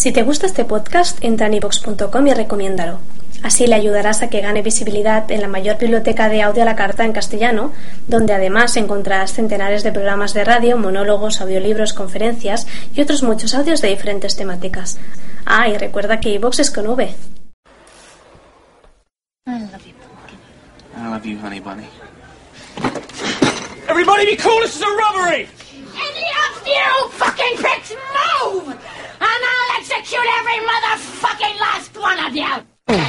Si te gusta este podcast, entra en iVoox.com y recomiéndalo. Así le ayudarás a que gane visibilidad en la mayor biblioteca de audio a la carta en castellano, donde además encontrarás centenares de programas de radio, monólogos, audiolibros, conferencias y otros muchos audios de diferentes temáticas. Ah, y recuerda que iVoox es con V. I love you, honey bunny. Everybody be cool, this is a robbery! Any of you fucking pricks move! And I'll execute every motherfucking last one of you!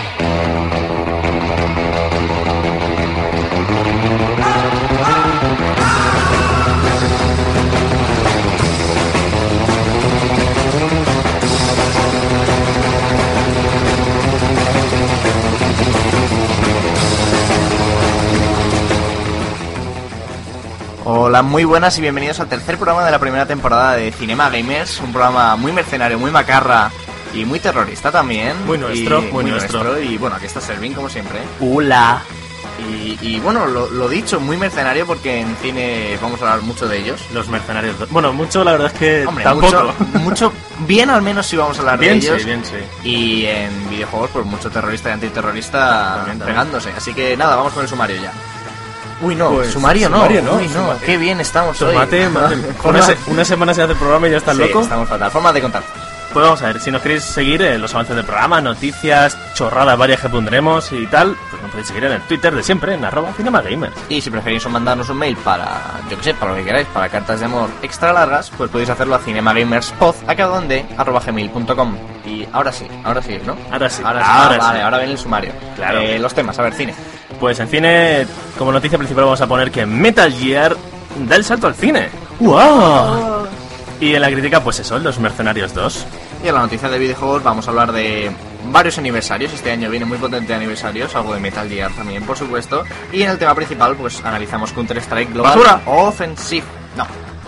Hola, muy buenas y bienvenidos al tercer programa de la primera temporada de Cinema Gamers, un programa muy mercenario, muy macarra y muy terrorista también. Muy nuestro, muy nuestro. Y bueno, aquí está Servin como siempre. Hola. Y bueno, lo dicho, muy mercenario porque en cine vamos a hablar mucho de ellos. Los mercenarios. Bueno, mucho la verdad es que hombre, tampoco. Mucho, bien al menos sí vamos a hablar bien, de ellos. Sí, bien, sí. Y en videojuegos, pues mucho terrorista y antiterrorista también. Pegándose. Así que nada, vamos con el sumario ya. Uy, no, pues, sumario no. Uy, no, Sumate. Qué bien estamos Tomate, hoy. madre. Una semana se hace el programa y ya estás loco. Estamos fatal. Forma de contacto. Pues vamos a ver, si nos queréis seguir los avances del programa, noticias, chorradas varias que pondremos y tal, pues nos podéis seguir en el Twitter de siempre, en @cinemagamers. Y si preferís mandarnos un mail para, yo que sé, para lo que queráis, para cartas de amor extra largas, pues podéis hacerlo a cinemagamerspod@gmail.com. Y ahora sí, ¿no? Ahora sí. Vale, ahora viene el sumario. Claro. Los temas, a ver, cine. Pues en cine, como noticia principal vamos a poner que Metal Gear da el salto al cine. ¡Wow! Y en la crítica, pues eso, Los Mercenarios 2. Y en la noticia de videojuegos vamos a hablar de varios aniversarios. Este año viene muy potente de aniversarios, algo de Metal Gear también, por supuesto. Y en el tema principal, pues analizamos Counter-Strike Global Offensive. No.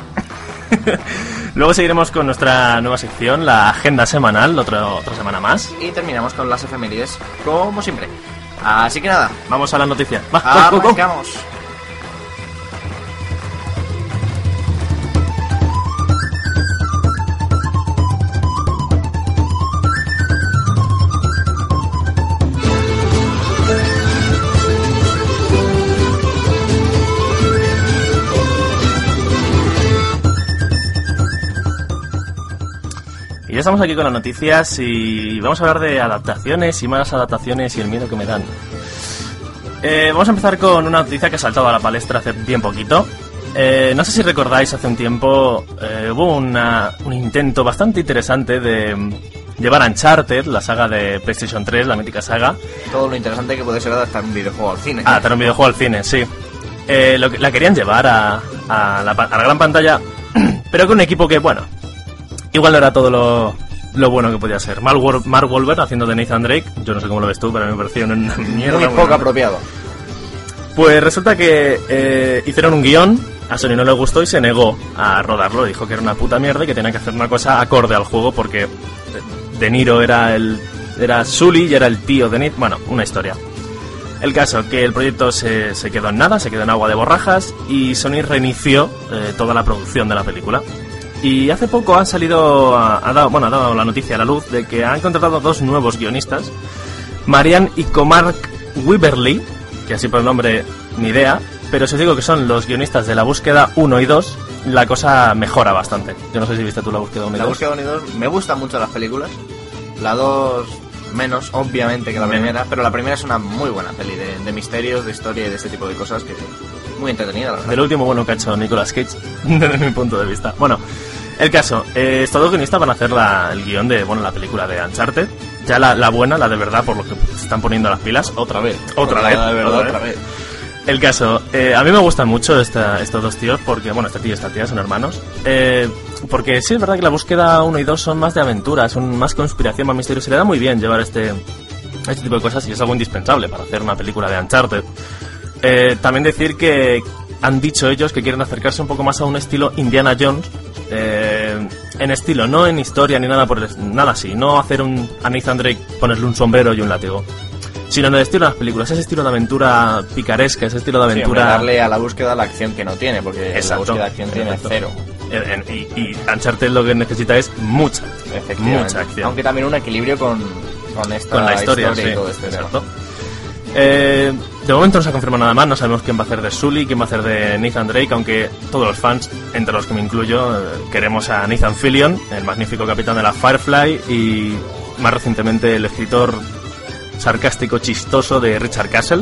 Luego seguiremos con nuestra nueva sección, la agenda semanal, otra semana más. Y terminamos con las efemérides, como siempre. Así que nada, vamos a la noticia. Arrancamos. Y ya estamos aquí con las noticias y vamos a hablar de adaptaciones y malas adaptaciones y el miedo que me dan. Vamos a empezar con una noticia que ha saltado a la palestra hace bien poquito. No sé si recordáis, hace un tiempo hubo un intento bastante interesante de llevar a Uncharted, la saga de PlayStation 3, la mítica saga. Todo lo interesante que puede ser adaptar un videojuego al cine. Adaptar un videojuego al cine, sí. La querían llevar a la gran pantalla, pero con un equipo que, bueno, igual no era todo lo bueno que podía ser. Mark Wahlberg haciendo de Nathan Drake. Yo no sé cómo lo ves tú, pero a mí me pareció una mierda. Muy poco apropiado. Pues resulta que hicieron un guión, a Sony no le gustó y se negó a rodarlo. Dijo que era una puta mierda y que tenían que hacer una cosa acorde al juego porque De Niro era Sully y era el tío de Nate. Bueno, una historia. El caso, que el proyecto se quedó en nada, se quedó en agua de borrajas y Sony reinició toda la producción de la película. Y hace poco han salido, ha dado la noticia a la luz de que han contratado dos nuevos guionistas, Marian y Cormac Weaverly, que así por el nombre ni idea, pero si os digo que son los guionistas de La Búsqueda 1 y 2, la cosa mejora bastante. Yo no sé si viste tú La Búsqueda 1 y 2. La Búsqueda 1 y 2, me gustan mucho las películas, la 2 menos, obviamente, que la primera, pero la primera es una muy buena peli de misterios, de historia y de este tipo de cosas que muy entretenida, la verdad. Del último bueno que ha hecho Nicolas Cage, desde mi punto de vista. Bueno, el caso, estos dos guionistas van a hacer el guión de la película de Uncharted. Ya la buena, la de verdad, por lo que se están poniendo las pilas. Otra vez. La de verdad, otra vez. El caso, a mí me gustan mucho estos dos tíos, porque, bueno, este tío y esta tía son hermanos. Porque sí, es verdad que La Búsqueda 1 y 2 son más de aventura, son más conspiración, más misterio. Se le da muy bien llevar este tipo de cosas y es algo indispensable para hacer una película de Uncharted. También decir que han dicho ellos que quieren acercarse un poco más a un estilo Indiana Jones, en estilo, no en historia ni nada nada así, no hacer a Nathan Drake ponerle un sombrero y un látigo, sino en el estilo de las películas, ese estilo de aventura picaresca, ese estilo de aventura... Sí, darle a La Búsqueda la acción que no tiene, porque exacto, La Búsqueda de acción tiene cero. Y Uncharted lo que necesita es mucha acción. Aunque también un equilibrio con la historia y todo este exacto. De momento no se ha confirmado nada más, no sabemos quién va a hacer de Sully, quién va a hacer de Nathan Drake, aunque todos los fans, entre los que me incluyo, queremos a Nathan Fillion, el magnífico capitán de la Firefly, y más recientemente el escritor sarcástico, chistoso de Richard Castle.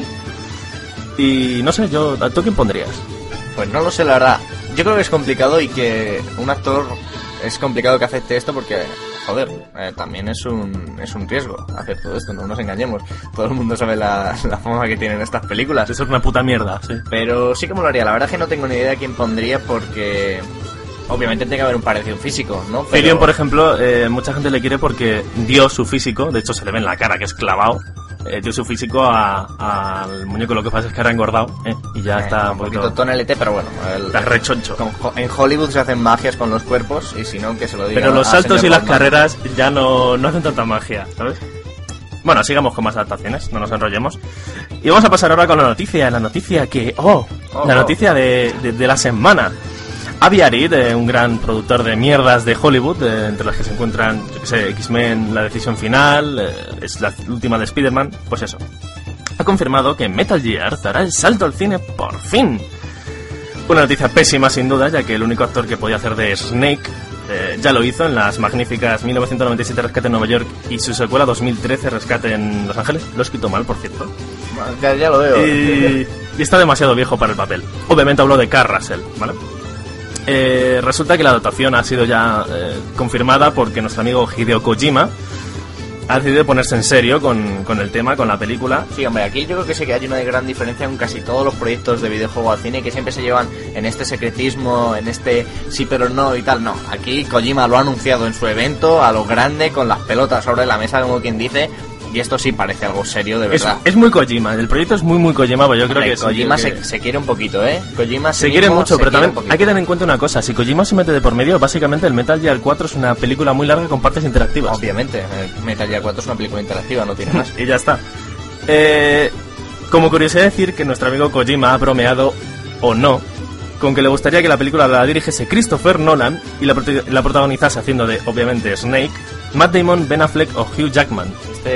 Y no sé, ¿tú quién pondrías? Pues no lo sé, la verdad. Yo creo que es complicado y que un actor es complicado que acepte esto porque, joder, también es un riesgo hacer todo esto, no nos engañemos. Todo el mundo sabe la fama que tienen estas películas. Eso es una puta mierda, sí. Pero sí que me lo haría. La verdad es que no tengo ni idea de quién pondría porque obviamente tiene que haber un parecido físico, ¿no? Pero... Fillion, por ejemplo, mucha gente le quiere porque dio su físico, de hecho se le ve en la cara que es clavado. Dio su físico al muñeco, lo que pasa es que era engordado y ya está un poquito tonelete, pero bueno, está rechoncho. En Hollywood se hacen magias con los cuerpos y si no, que se lo diga. Pero los saltos y las carreras ya no hacen tanta magia, ¿sabes? Bueno, sigamos con más adaptaciones, no nos enrollemos. Y vamos a pasar ahora con la noticia que... la noticia de la semana. Avi Arad, un gran productor de mierdas de Hollywood, entre las que se encuentran, yo que sé, X-Men, La Decisión Final, es la última de Spider-Man, pues eso. Ha confirmado que Metal Gear dará el salto al cine por fin. Una noticia pésima sin duda, ya que el único actor que podía hacer de Snake ya lo hizo en las magníficas 1997 Rescate en Nueva York y su secuela 2013 Rescate en Los Ángeles. Lo he escrito mal, por cierto. Ya lo veo. Y está demasiado viejo para el papel. Obviamente hablo de Kurt Russell, ¿vale? Resulta que la adaptación ha sido ya confirmada porque nuestro amigo Hideo Kojima ha decidido ponerse en serio con el tema, con la película. Sí, hombre, aquí yo creo que sí que hay una gran diferencia con casi todos los proyectos de videojuego al cine que siempre se llevan en este secretismo, en este sí pero no y tal. No, aquí Kojima lo ha anunciado en su evento a lo grande, con las pelotas sobre la mesa, como quien dice. Y esto sí parece algo serio, de verdad. Es muy Kojima, el proyecto es muy Kojima, pero yo creo que Kojima se quiere un poquito, Kojima se quiere mucho, pero también hay que tener en cuenta una cosa. Si Kojima se mete de por medio, básicamente el Metal Gear 4 es una película muy larga con partes interactivas. Obviamente, Metal Gear 4 es una película interactiva, no tiene más. Y ya está. Como curiosidad decir que nuestro amigo Kojima ha bromeado, o no, con que le gustaría que la película la dirigiese Christopher Nolan y la protagonizase haciendo de, obviamente, Snake, Matt Damon, Ben Affleck o Hugh Jackman.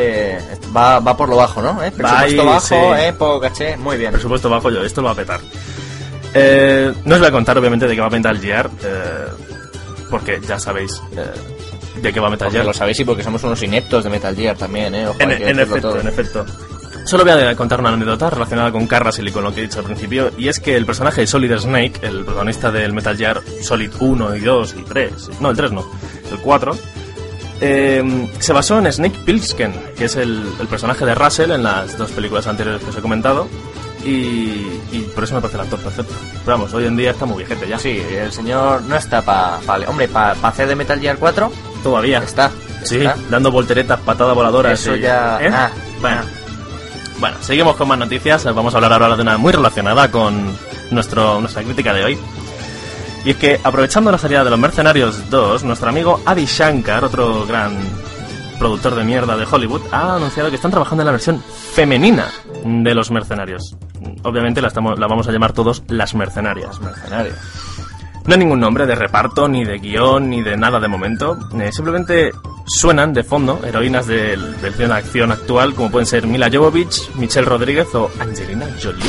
Va por lo bajo, ¿no? Presupuesto bajo, sí. Poco caché, muy bien. Presupuesto bajo, esto lo va a petar. No os voy a contar, obviamente, de qué va Metal Gear, porque ya sabéis de qué va Metal Gear. Lo sabéis y porque somos unos ineptos de Metal Gear también, Ojo, en efecto. Solo voy a contar una anécdota relacionada con Kurt Russell y con lo que he dicho al principio, y es que el personaje de Solid Snake, el protagonista del Metal Gear Solid 1 y 2 y 3, no, el 3 no, el 4, se basó en Snake Plissken, que es el personaje de Russell en las dos películas anteriores que os he comentado, y por eso me parece el actor perfecto. Pero vamos, hoy en día está muy viejete ya. Sí, el señor no está hombre, para hacer de Metal Gear 4 todavía está. Sí, dando volteretas, patadas voladoras. Eso ya... Bueno, seguimos con más noticias. Vamos a hablar ahora de una muy relacionada con nuestra crítica de hoy. Y es que, aprovechando la salida de Los Mercenarios 2, nuestro amigo Adi Shankar, otro gran productor de mierda de Hollywood, ha anunciado que están trabajando en la versión femenina de Los Mercenarios. Obviamente la vamos a llamar todos Las Mercenarias. No hay ningún nombre de reparto, ni de guión, ni de nada de momento. Simplemente suenan de fondo heroínas del cine de acción actual, como pueden ser Mila Jovovich, Michelle Rodríguez o Angelina Jolie.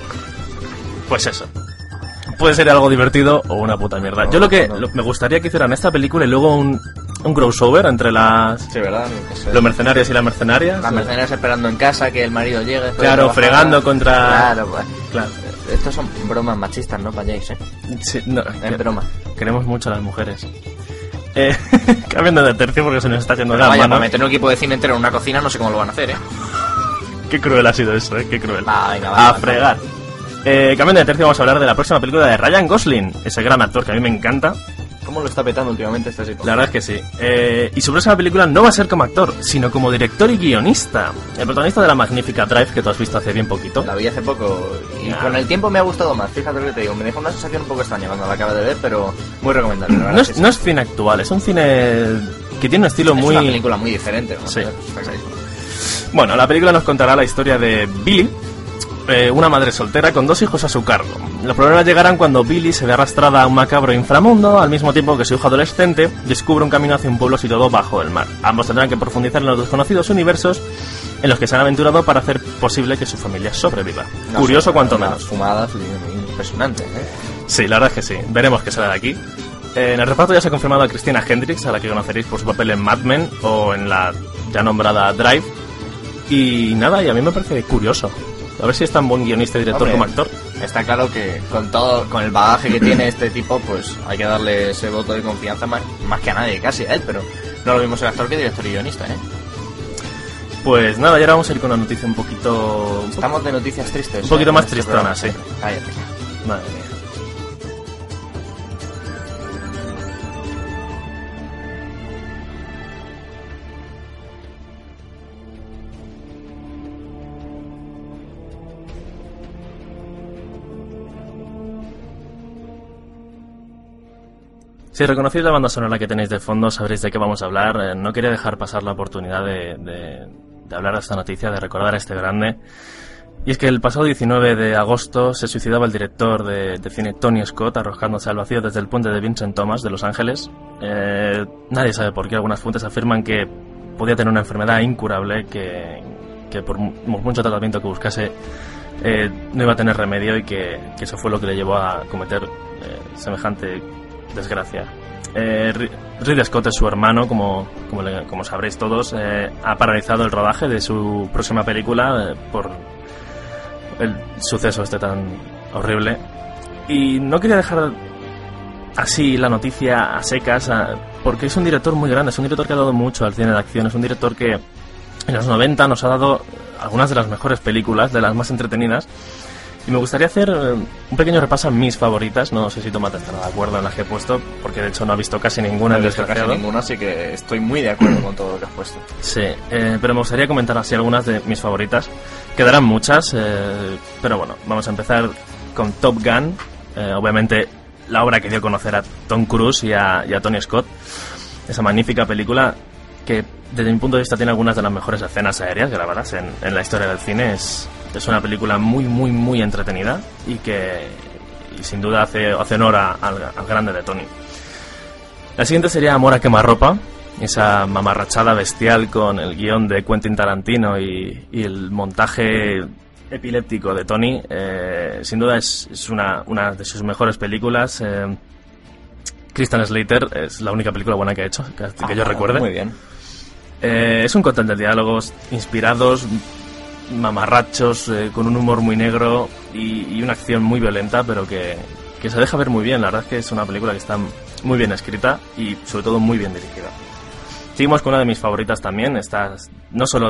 Pues eso. Puede ser algo divertido o una puta mierda. Yo me gustaría que hicieran esta película y luego un crossover entre las... Sí, ¿verdad? Los mercenarios y las mercenarias. Las mercenarias esperando en casa que el marido llegue. Claro, fregando contra... Claro, pues. Claro. Estos son bromas machistas, ¿no, Payéis, Sí, no, es broma. Queremos mucho a las mujeres. Cambiando de tercio porque se nos está yendo la mano. Para meter un equipo de cine entero en una cocina no sé cómo lo van a hacer, Qué cruel ha sido eso, qué cruel. Venga, a fregar. Cambiando de tercio, vamos a hablar de la próxima película de Ryan Gosling, ese gran actor que a mí me encanta. ¿Cómo lo está petando últimamente este chico? La verdad es que sí. Y su próxima película no va a ser como actor, sino como director y guionista. El protagonista de la magnífica Drive, que tú has visto hace bien poquito. La vi hace poco y con el tiempo me ha gustado más. Fíjate lo que te digo, me dejó una sensación un poco extraña cuando la acabo de ver, pero muy recomendable. La verdad no es cine actual, es un cine que tiene un estilo muy... Es una película muy diferente, ¿no? Sí. Bueno, la película nos contará la historia de Billy, una madre soltera con 2 hijos a su cargo. Los problemas llegarán cuando Billy se ve arrastrada a un macabro inframundo, al mismo tiempo que su hijo adolescente descubre un camino hacia un pueblo situado bajo el mar. Ambos tendrán que profundizar en los desconocidos universos en los que se han aventurado para hacer posible que su familia sobreviva. Curioso cuanto menos. Fumadas impresionantes, Sí, la verdad es que sí. Veremos qué sale de aquí. En el reparto ya se ha confirmado a Christina Hendricks, a la que conoceréis por su papel en Mad Men o en la ya nombrada Drive. Y nada, y a mí me parece curioso. A ver si es tan buen guionista y director como actor. Está claro que con el bagaje que tiene este tipo, pues hay que darle ese voto de confianza más que a nadie, casi a él, pero no lo mismo ser actor que director y guionista, Pues nada, y ahora vamos a ir con una noticia un poquito... Estamos de noticias tristes. Un poquito más tristona, sí. Cállate. Madre mía. Si reconocéis la banda sonora que tenéis de fondo, sabréis de qué vamos a hablar. No quería dejar pasar la oportunidad de hablar de esta noticia, de recordar a este grande. Y es que el pasado 19 de agosto se suicidaba el director de cine Tony Scott, arrojándose al vacío desde el puente de Vincent Thomas de Los Ángeles. Nadie sabe por qué. Algunas fuentes afirman que podía tener una enfermedad incurable, que por mucho tratamiento que buscase no iba a tener remedio, y que eso fue lo que le llevó a cometer semejante desgracia. Ridley Scott es su hermano, como sabréis todos. Ha paralizado el rodaje de su próxima película por el suceso este tan horrible. Y no quería dejar así la noticia a secas, porque es un director muy grande, es un director que ha dado mucho al cine de acción, es un director que en los 90 nos ha dado algunas de las mejores películas, de las más entretenidas. Y me gustaría hacer un pequeño repaso a mis favoritas. No sé si Tomate estará de acuerdo en las que he puesto, porque de hecho no ha visto casi ninguna. No he visto casi ninguna, así que estoy muy de acuerdo con todo lo que has puesto. Sí, pero me gustaría comentar así algunas de mis favoritas. Quedarán muchas, pero bueno, vamos a empezar con Top Gun. Obviamente la obra que dio a conocer a Tom Cruise y a Tony Scott. Esa magnífica película que desde mi punto de vista tiene algunas de las mejores escenas aéreas grabadas en la historia del cine. Es una película muy, muy, muy entretenida y que sin duda hace honor al grande de Tony. La siguiente sería Amor a quemarropa, esa mamarrachada bestial con el guión de Quentin Tarantino y el montaje epiléptico de Tony. Sin duda es una de sus mejores películas. Christian Slater es la única película buena que ha hecho, que yo recuerde. Muy bien. Es un cóctel de diálogos inspirados, mamarrachos, con un humor muy negro y una acción muy violenta, pero que se deja ver muy bien. La verdad es que es una película que está muy bien escrita y sobre todo muy bien dirigida. Seguimos con una de mis favoritas también, esta no solo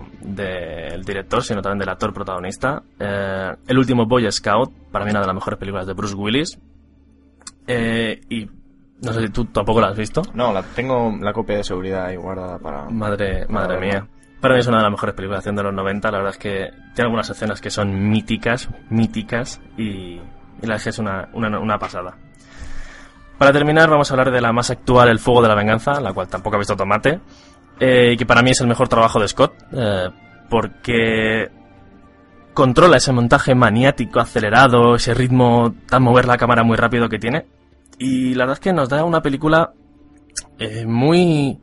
del director, sino también del actor protagonista. El último Boy Scout, para mí una de las mejores películas de Bruce Willis. Y no sé si tú tampoco la has visto. No, tengo la copia de seguridad ahí guardada para... Madre mía. Para mí es una de las mejores películas de acción de los 90. La verdad es que tiene algunas escenas que son míticas, y la verdad es que es una pasada. Para terminar vamos a hablar de la más actual, El fuego de la venganza, la cual tampoco ha visto Tomate, y que para mí es el mejor trabajo de Scott, porque controla ese montaje maniático, acelerado, ese ritmo tan mover la cámara muy rápido que tiene, y la verdad es que nos da una película muy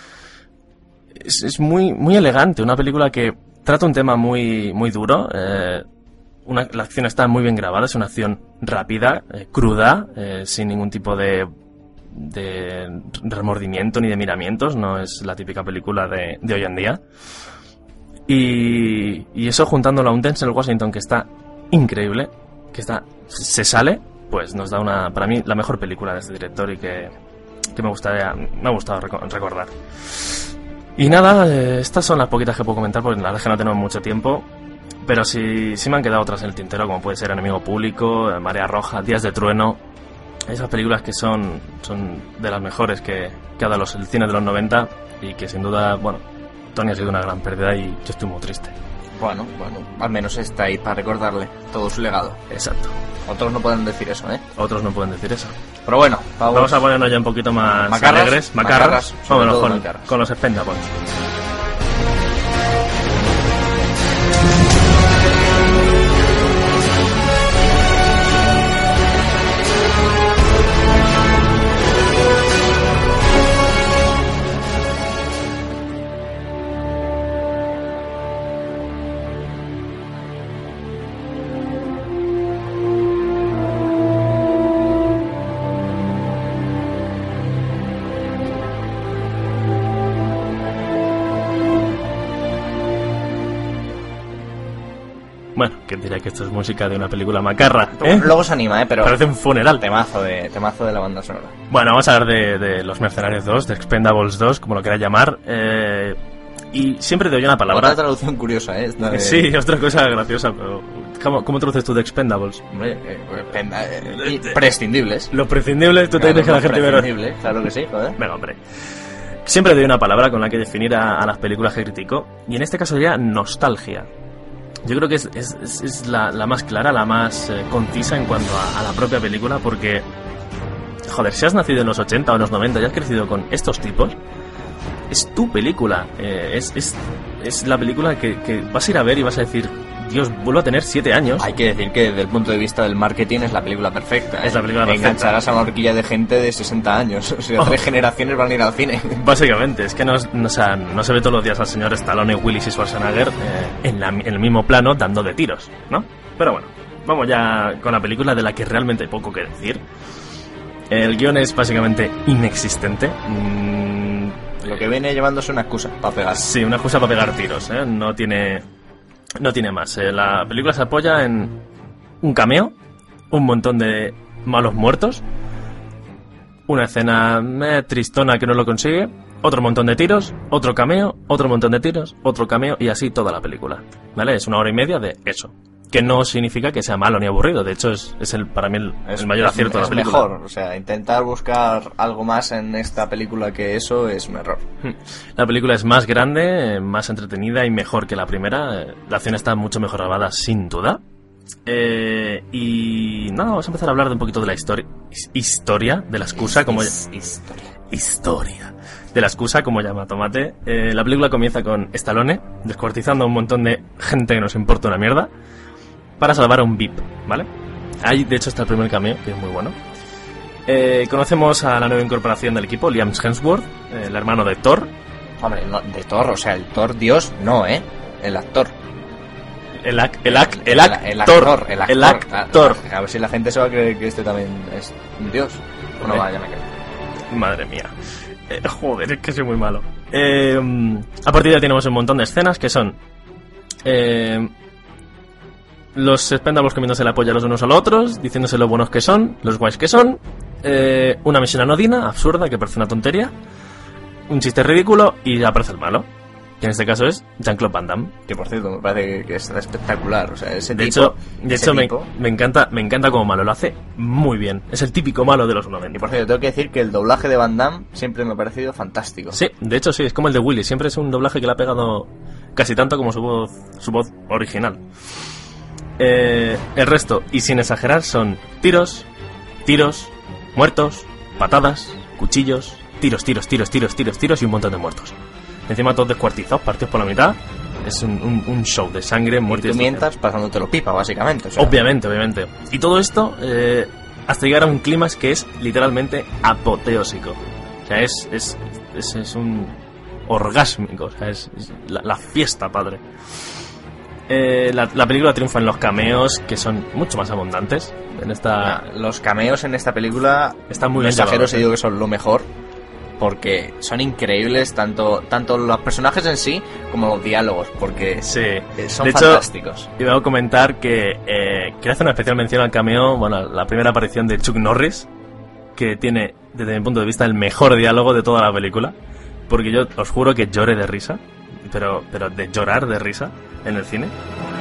elegante, una película que trata un tema muy duro. La acción está muy bien grabada, es una acción rápida, cruda, sin ningún tipo de remordimiento ni de miramientos. No es la típica película de hoy en día. Y eso, juntándolo a un Denzel Washington que está increíble, se sale, pues nos da para mí la mejor película de este director y que me ha gustado recordar. Y nada, estas son las poquitas que puedo comentar, porque la verdad es que no tenemos mucho tiempo. Pero sí me han quedado otras en el tintero, como puede ser Enemigo Público, Marea Roja, Días de Trueno. Esas películas que son de las mejores que ha dado el cine de los 90, y que sin duda, bueno, Tony ha sido una gran pérdida y yo estoy muy triste. Bueno, al menos está ahí para recordarle todo su legado. Exacto. Otros no pueden decir eso, Otros no pueden decir eso. Pero bueno, vamos a ponernos ya un poquito más alegres. Macarras. Vámonos con los Expendables. Bueno, que dirá que esto es música de una película macarra, ¿eh? Luego se anima, pero... Parece un funeral. Temazo de la banda sonora. Bueno, vamos a hablar de Los Mercenarios 2, de Expendables 2, como lo quieras llamar. Y siempre te doy una palabra. Otra traducción curiosa, ¿eh? Sí, otra cosa graciosa, pero... ¿Cómo traduces tú de Expendables? Hombre, prescindibles. Los prescindibles, tú tienes que la gente ver. Prescindibles, claro que sí, joder. Venga, hombre. Siempre doy una palabra con la que definir a las películas que critico, y en este caso sería nostalgia. Yo creo que es la más clara, la más concisa en cuanto a la propia película, porque, joder, si has nacido en los 80 o en los 90 y has crecido con estos tipos, es tu película. Es la película que vas a ir a ver y vas a decir, Dios, vuelvo a tener 7 años. Hay que decir que desde el punto de vista del marketing es la película perfecta. Es la película perfecta. Engancharás a una horquilla de gente de 60 años. O sea, 3 generaciones van a ir al cine. Básicamente, es que no se ve todos los días al señor Stallone, Willis y Schwarzenegger en el mismo plano dando de tiros, ¿no? Pero bueno, vamos ya con la película, de la que realmente hay poco que decir. El guión es básicamente inexistente. Lo que viene llevándose una excusa para pegar. Sí, una excusa para pegar tiros, ¿eh? No tiene más. La película se apoya en un cameo, un montón de malos muertos, una escena tristona que no lo consigue, otro montón de tiros, otro cameo, otro montón de tiros, otro cameo, y así toda la película, ¿vale? Es 1 hora y media de eso, que no significa que sea malo ni aburrido. De hecho, es para mí el mayor acierto de la película. Es mejor, o sea, intentar buscar algo más en esta película que eso es un error. La película es más grande, más entretenida y mejor que la primera. La acción está mucho mejor grabada, sin duda. Y nada, vamos a empezar a hablar de un poquito de la historia de la excusa, como historia de la excusa, como llama Tomate. La película comienza con Stallone descuartizando a un montón de gente que nos importa una mierda para salvar a un VIP, ¿vale? Ahí, de hecho, está el primer cameo, que es muy bueno. Conocemos a la nueva incorporación del equipo, Liam Hemsworth, el hermano de Thor. Hombre, no, de Thor, o sea, el Thor Dios, no, el actor. El actor. A ver si la gente se va a creer que este también es un dios. No, vaya, me creo. Madre mía. Joder, es que soy muy malo. A partir de ahí tenemos un montón de escenas que son... los Expendables comiéndose la polla los unos a los otros, diciéndose lo buenos que son, los guays que son, una misión anodina, absurda, que parece una tontería, un chiste ridículo y aparece el malo, que en este caso es Jean-Claude Van Damme. Que por cierto, me parece que es espectacular. O sea, ese de tipo, hecho me encanta como malo, lo hace muy bien. Es el típico malo de los 90. Y por cierto, tengo que decir que el doblaje de Van Damme siempre me ha parecido fantástico. Sí, de hecho sí, es como el de Willy, siempre es un doblaje que le ha pegado casi tanto como su voz original. El resto, y sin exagerar, son tiros, muertos, patadas, cuchillos, tiros y un montón de muertos. Encima todos descuartizados, partidos por la mitad. Es un show de sangre, muerte y mientras pasándotelo pipa, básicamente. O sea. Obviamente. Y todo esto hasta llegar a un clímax que es literalmente apoteósico. O sea, es un orgásmico. O sea, es la fiesta, padre. La película triunfa en los cameos, que son mucho más abundantes. Los cameos en esta pelíula están muy bien exageros, y digo que son lo mejor, porque son increíbles tanto los personajes en sí como los diálogos, porque son fantásticos. Y debo comentar que quiero hacer una especial mención al cameo, la primera aparición de Chuck Norris, que tiene, desde mi punto de vista, el mejor diálogo de toda la película, porque yo os juro que lloré de risa, pero de llorar de risa en el cine.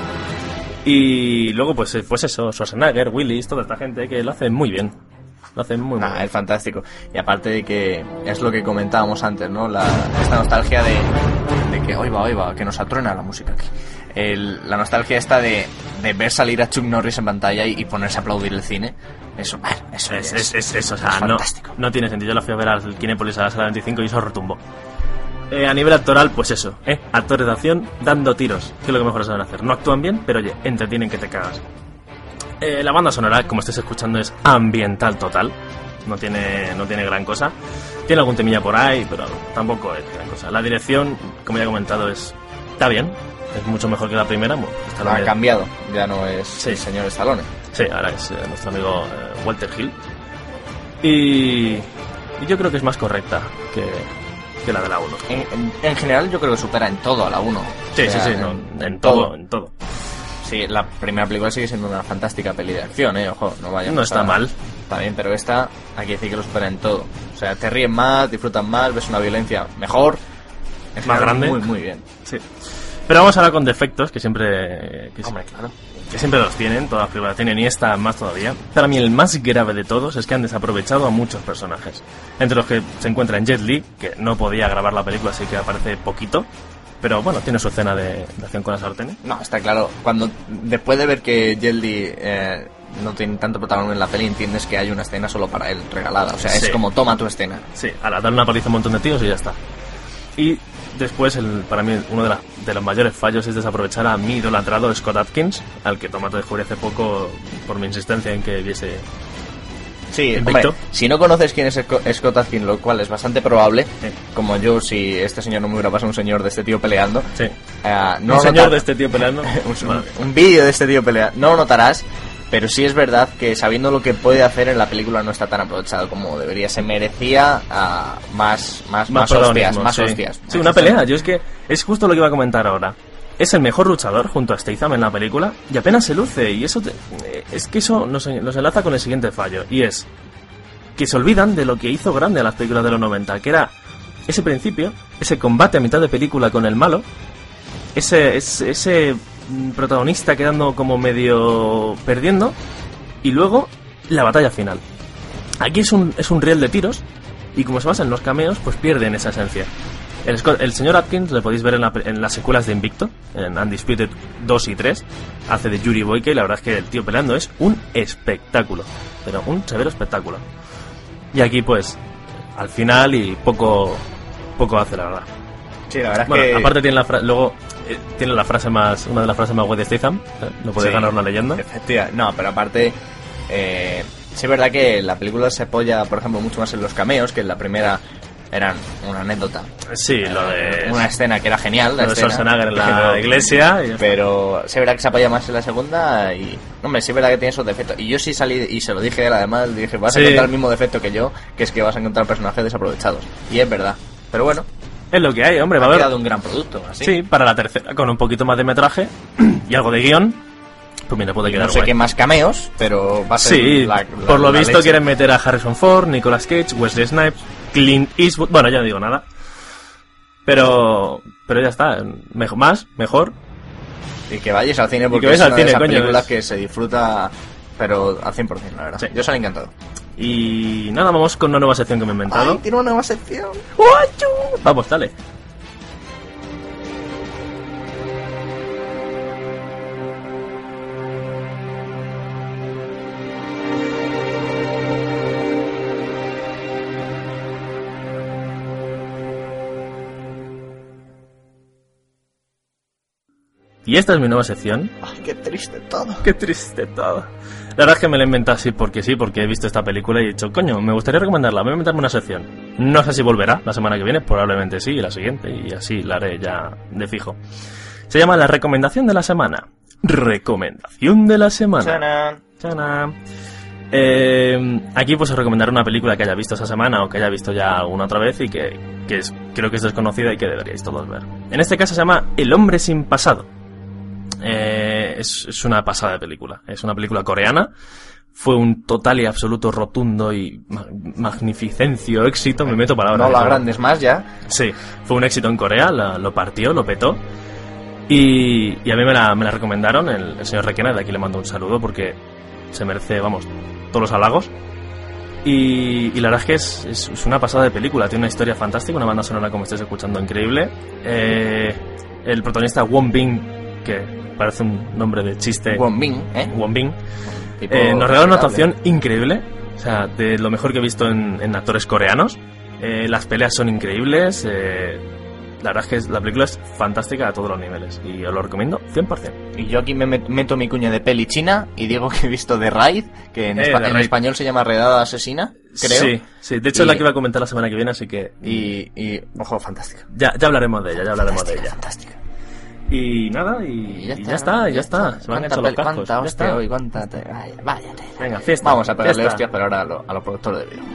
Y luego pues eso, Schwarzenegger, Willis, toda esta gente que lo hace muy bien. Lo hacen muy bien. Es fantástico. Y aparte de que es lo que comentábamos antes, ¿no? Esta nostalgia de que, oiga, que nos atruena la música aquí. La nostalgia esta de ver salir a Chuck Norris en pantalla y ponerse a aplaudir el cine. Eso o sea, fantástico. No tiene sentido. Yo la fui a ver al Kinépolis a la sala 25 y eso retumbó. A nivel actoral, pues eso, actores de acción dando tiros, que es lo que mejor saben hacer. No actúan bien, pero oye, entretienen que te cagas. La banda sonora, como estés escuchando, es ambiental total. No tiene gran cosa. Tiene algún temilla por ahí, pero tampoco es gran cosa. La dirección, como ya he comentado, está bien. Es mucho mejor que la primera. Ha cambiado. Ya no es el señor Stallone. Sí, ahora es nuestro amigo Walter Hill. Y yo creo que es más correcta que la de la 1. En general yo creo que supera en todo a la 1. Sí, en todo. Sí, la primera película sigue siendo una fantástica peli de acción, ojo, no vayamos No está mal. Está bien, pero esta, hay que decir que lo supera en todo. O sea, te ríes más, disfrutas más, ves una violencia mejor. En Más general, grande. Muy, muy bien. Sí. Pero vamos ahora con defectos, que siempre... Hombre, claro. Que siempre los tienen, todas las películas tienen y esta más todavía. Para mí el más grave de todos es que han desaprovechado a muchos personajes. Entre los que se encuentran Jet Li, que no podía grabar la película, así que aparece poquito. Pero bueno, tiene su escena de acción con la sartén. No, está claro. Cuando después de ver que Jet Li no tiene tanto protagonismo en la peli, entiendes que hay una escena solo para él, regalada. O sea, Sí. es como, toma tu escena. Sí, a dar una paliza a un montón de tíos y ya está. Y después, para mí, uno de los mayores fallos es desaprovechar a mi idolatrado Scott Adkins, al que Tomato descubrí hace poco por mi insistencia en que viese... Sí, Invicto. hombre, si no conoces quién es Scott Adkins, lo cual es bastante probable, como yo, si este señor no me hubiera pasado un señor de este tío peleando, Sí. no Un señor notar- de este tío peleando. un vídeo de este tío peleando, no lo notarás, pero sí es verdad que sabiendo lo que puede hacer en la película no está tan aprovechado como debería. Se merecía más hostias, protagonismo, más sí. hostias. Sí, una pelea. Yo es que es justo lo que iba a comentar ahora. Es el mejor luchador junto a Statham en la película y apenas se luce. Y eso es que eso nos enlaza con el siguiente fallo. Y es que se olvidan de lo que hizo grande a las películas de los 90, que era ese principio, ese combate a mitad de película con el malo, ese protagonista quedando como medio perdiendo, y luego la batalla final. Aquí es un riel de tiros, y como se basa en los cameos, pues pierden esa esencia. El señor Atkins le podéis ver en las secuelas de Invicto, en Undisputed 2 y 3, hace de Yuri Boyka, y la verdad es que el tío peleando es un espectáculo, pero un severo espectáculo. Y aquí pues, al final, y poco hace, la verdad. Sí, la verdad es Bueno, que... aparte tiene tiene una de las frases más guay de Statham, no puede Sí, ganar una leyenda. Efectivamente. No, pero aparte, sí es verdad que la película se apoya, por ejemplo, mucho más en los cameos, que en la primera eran una anécdota. Sí, lo de... Una escena que era genial, la lo de escena. Schwarzenegger en la Pero- iglesia. Y Pero sí es verdad que se apoya más en la segunda y... Hombre, sí es verdad que tiene esos defectos. Y yo sí salí, y se lo dije a él además, le dije, vas a Sí. encontrar el mismo defecto que yo, que es que vas a encontrar personajes desaprovechados. Y es verdad. Pero bueno, es lo que hay, hombre, va a ha haber... quedado un gran producto, así. Sí, para la tercera, con un poquito más de metraje y algo de guión, pues mira, puede quedar No sé guay. qué más cameos, pero va a ser Sí, por lo la visto leche. quieren meter a Harrison Ford, Nicolas Cage, Wesley Snipes, Clint Eastwood... Bueno, ya no digo nada. Pero ya está, mejor. Y que vayáis al cine que porque vayáis es al una de cine, esas coño, películas es- que se disfruta, pero al 100%, la verdad. Sí. Yo salí encantado. Y nada, vamos con una nueva sección que me he inventado. tiene una nueva sección. Vamos, dale. Y esta es mi nueva sección. Ay, qué triste todo. Qué triste todo. La verdad es que me la he inventado así, porque he visto esta película y he dicho, coño, me gustaría recomendarla, voy a inventarme una sección. No sé si volverá la semana que viene, probablemente sí, y la siguiente, y así la haré ya de fijo. Se llama La Recomendación de la Semana. Recomendación de la Semana. Chanán. ¡Chana! Aquí pues os recomendaré una película que haya visto esa semana o que haya visto ya alguna otra vez y que creo que es desconocida y que deberíais todos ver. En este caso se llama El hombre sin pasado. Es una pasada de película. Es una película coreana. Fue un total y absoluto rotundo y magnificencio éxito. Me meto palabras. No la grandes más ya. Sí, fue un éxito en Corea, lo partió, lo petó. Y a mí me la recomendaron el señor Requena, de aquí le mando un saludo porque se merece, vamos, todos los halagos. Y la verdad es que es una pasada de película, tiene una historia fantástica, una banda sonora, como estáis escuchando, increíble. El protagonista Won Bin, que parece un nombre de chiste. Won Bin, Won Bin. Tipo Nos regala una respetable. actuación increíble, o sea, de lo mejor que he visto en actores coreanos. Las peleas son increíbles. La verdad es que la película es fantástica a todos los niveles y os lo recomiendo 100%. Y yo aquí me meto mi cuña de peli china y digo que he visto The Raid, que en, The en Raid. español se llama Redada Asesina, creo. Sí, de hecho es la que iba a comentar la semana que viene, así que Y ojo, fantástica. ya hablaremos de ella, Fantástica. Y nada, y ya está. Se van a echar los cascos. Cuánta Ya hostia está. hoy, cuánta... Váyate. Venga, fiesta. Vamos a pegarle fiesta. hostias, pero ahora a los productores de vídeo.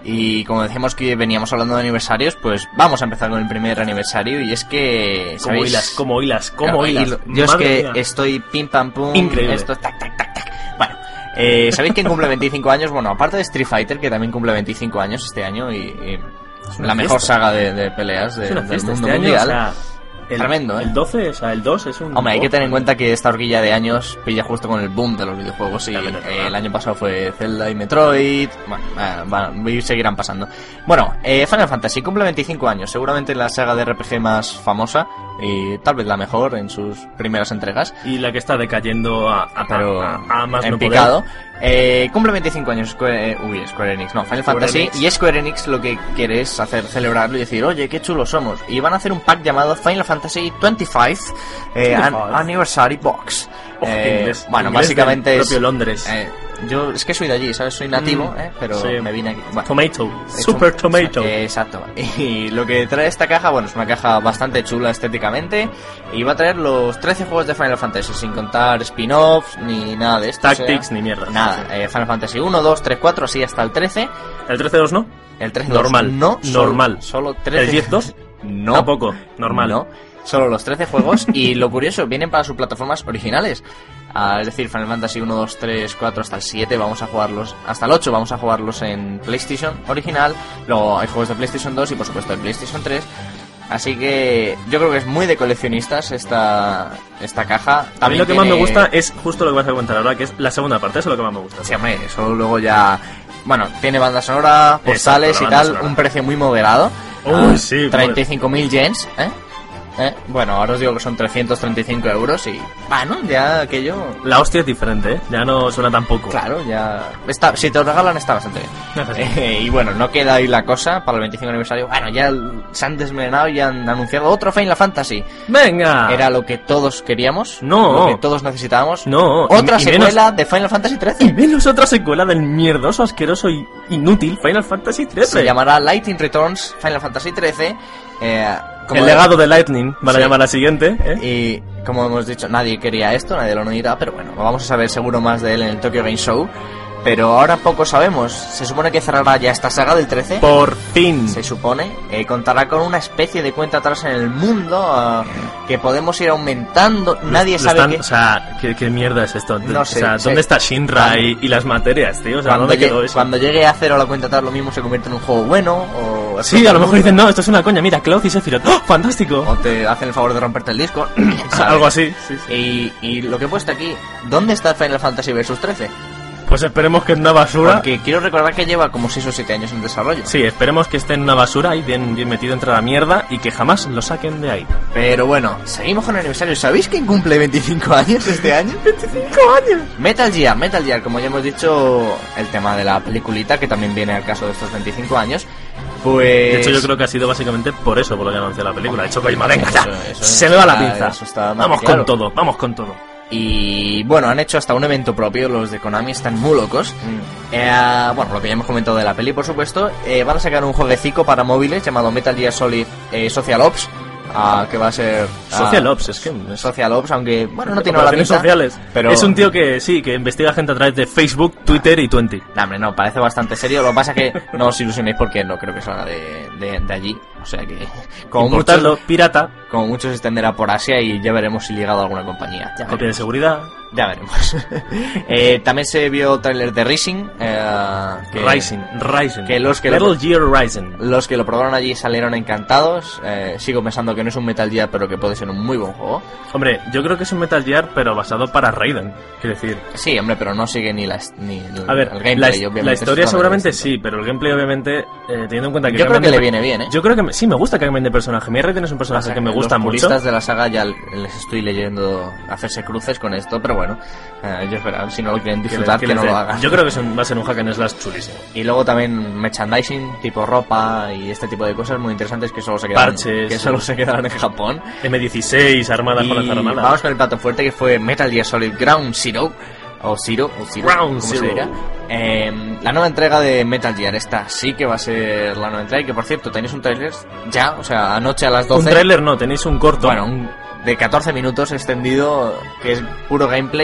Y como decíamos que veníamos hablando de aniversarios, pues vamos a empezar con el primer aniversario. Y es que... Como hilas. Yo es que estoy pim pam pum. Increíble. Esto tac. Bueno, ¿sabéis quién cumple 25 años? Bueno, aparte de Street Fighter, que también cumple 25 años este año y es la mejor saga de peleas del mundo este mundial. Año, tremendo, El 12, o sea, el 2 es un... Hombre, hay que tener en cuenta que esta horquilla de años pilla justo con el boom de los videojuegos. Y el año pasado fue Zelda y Metroid. Bueno, seguirán pasando. Bueno, Final Fantasy cumple 25 años. Seguramente la saga de RPG más famosa y tal vez la mejor en sus primeras entregas. Y la que está decayendo a más en no picado. Cumple 25 años Square Enix, no, Final Fantasy. Enix. Y Square Enix lo que quiere es hacer celebrarlo y decir, oye, qué chulos somos. Y van a hacer un pack llamado Final Fantasy 25 Anniversary Box. Bueno, básicamente es propio Londres. Yo es que soy de allí, ¿sabes? Soy nativo, pero sí. Me vine aquí. Bueno, Tomato, Super Tomato. Exacto. Y lo que trae esta caja, bueno, es una caja bastante chula estéticamente. Y va a traer los 13 juegos de Final Fantasy, sin contar spin-offs ni nada de esto. Tactics ni mierda. Nada, Final Fantasy 1, 2, 3, 4, así hasta el 13. ¿El 13-2 no? El 13-2 normal. No, normal. Solo 13. ¿El 10-2? No. Tampoco, normal. No. Solo los 13 juegos. Y lo curioso, vienen para sus plataformas originales. Es decir, Final Fantasy 1, 2, 3, 4 hasta el 7 vamos a jugarlos, hasta el 8 vamos a jugarlos en PlayStation original. Luego hay juegos de PlayStation 2 y por supuesto de PlayStation 3. Así que yo creo que es muy de coleccionistas esta caja. A mí lo que más me gusta es justo lo que vas a comentar ahora, que es la segunda parte. Eso es lo que más me gusta. Sí, hombre, eso luego ya... Bueno, tiene banda sonora, postales y tal, un precio muy moderado. Sí, 35.000 yens, Bueno, ahora os digo que son 335 euros y... Bueno, ya aquello... La hostia es diferente, ya no suena tan poco. Claro, ya... Si te lo regalan está bastante bien. Y bueno, no queda ahí la cosa para el 25 aniversario. Bueno, ya se han desmenado y han anunciado otro Final Fantasy. ¡Venga! Era lo que todos queríamos. No. Lo que todos necesitábamos. No. Otra secuela de Final Fantasy 13. Y menos otra secuela del mierdoso, asqueroso y inútil Final Fantasy 13. Se llamará Lightning Returns Final Fantasy 13. El legado de Lightning van a llamar la siguiente. Y como hemos dicho, nadie quería esto, nadie lo necesitaba, pero bueno, vamos a saber seguro más de él en el Tokyo Game Show. Pero ahora poco sabemos. Se supone que cerrará ya esta saga del 13. Por fin. Se supone. Contará con una especie de cuenta atrás en el mundo que podemos ir aumentando. Nadie sabe qué... O sea, ¿qué mierda es esto? No sé. O sea, ¿dónde está Shinra y las materias, tío? O sea, ¿dónde quedó eso? Cuando llegue a cero la cuenta atrás, lo mismo se convierte en un juego bueno. O sí, a lo mejor dicen, no, esto es una coña. Mira, Cloud y Sephiroth. ¡Oh, fantástico! O te hacen el favor de romperte el disco. Algo así. Sí. Y lo que he puesto aquí, ¿dónde está Final Fantasy Versus 13? Pues esperemos que en una basura. Porque quiero recordar que lleva como 6 o 7 años en desarrollo. Sí, esperemos que esté en una basura ahí bien metido entre la mierda y que jamás lo saquen de ahí. Pero bueno, seguimos con el aniversario. ¿Sabéis quién cumple 25 años este año? 25 años. Metal Gear, como ya hemos dicho, el tema de la peliculita, que también viene al caso de estos 25 años. Pues... De hecho, yo creo que ha sido básicamente por eso por lo que anunció la película. De hecho, Kojima, venga, se me va la pinza. Vamos claro. Vamos con todo. Y bueno, han hecho hasta un evento propio. Los de Konami están muy locos. Bueno, lo que ya hemos comentado de la peli, por supuesto. Van a sacar un jueguecito para móviles llamado Metal Gear Solid Social Ops, que va a ser... Social Ops, es que... Social Ops, aunque, bueno, no tiene la pinta, sociales. Pero... Es un tío que sí, que investiga gente a través de Facebook, Twitter y Twenty. No, hombre, no, parece bastante serio. Lo que pasa es que no os ilusionéis porque no creo que salga de allí. O sea que... Como muchos, pirata. Como muchos se extenderá por Asia y ya veremos si ligado a alguna compañía. Copia de seguridad. Ya veremos. También se vio tráiler de Rising. Rising. Que los que Metal Gear Rising. Los que lo probaron allí salieron encantados. Sigo pensando que no es un Metal Gear, pero que puede ser un muy buen juego. Hombre, yo creo que es un Metal Gear, pero basado para Raiden. Quiero decir. Sí, hombre, pero no sigue ni el gameplay. La historia seguramente sí, pero el gameplay obviamente, teniendo en cuenta que... Yo creo que le viene bien, Yo creo que sí, me gusta que cambien de personaje. Mi Raiden es un personaje que me gusta mucho. Los puristas de la saga ya les estoy leyendo hacerse cruces con esto, pero bueno, ellos verán, si no lo quieren disfrutar, que no lo hagan. Yo creo que va a ser un hack and slash chulísimo. Y luego también merchandising, tipo ropa y este tipo de cosas muy interesantes que solo se quedarán, en Japón. M16, armadas con las armadas. Vamos con el plato fuerte, que fue Metal Gear Solid Ground Zero. O Zero, Ground ¿cómo Zero. se dirá? La nueva entrega de Metal Gear. Esta sí que va a ser la nueva entrega. Y que por cierto, tenéis un trailer ya, o sea, anoche a las 12. Un trailer no, tenéis un corto. Bueno, de 14 minutos extendido, que es puro gameplay.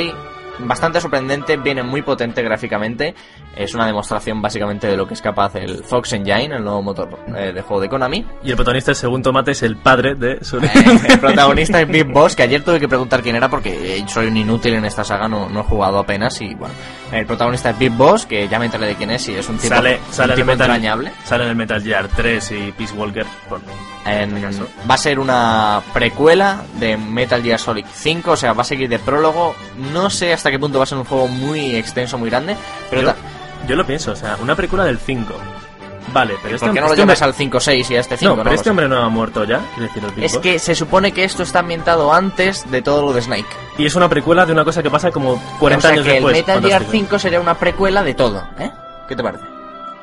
bastante sorprendente, viene muy potente gráficamente. Es una demostración básicamente de lo que es capaz el Fox Engine, el nuevo motor de juego de Konami. Y el protagonista, según Tomate, es el padre de Sonic. El protagonista es Big Boss, que ayer tuve que preguntar quién era porque soy un inútil en esta saga, no he jugado apenas. Y bueno, el protagonista es Big Boss, que ya me enteré de quién es y es un tipo, sale un tipo entrañable. Sale en el Metal Gear 3 y Peace Walker. Va a ser una precuela de Metal Gear Solid 5, o sea, va a seguir de prólogo. No sé hasta qué punto va a ser un juego muy extenso, muy grande, pero yo lo pienso, o sea, una precuela del 5. Vale, pero ¿por qué no lo llamas al 5-6 y a este 5? No, pero este hombre no ha muerto ya, quiero decir, el es que se supone que esto está ambientado antes de todo lo de Snake. Y es una precuela de una cosa que pasa como 40 años que después. El Metal Gear 5 sería una precuela de todo, ¿eh? ¿Qué te parece?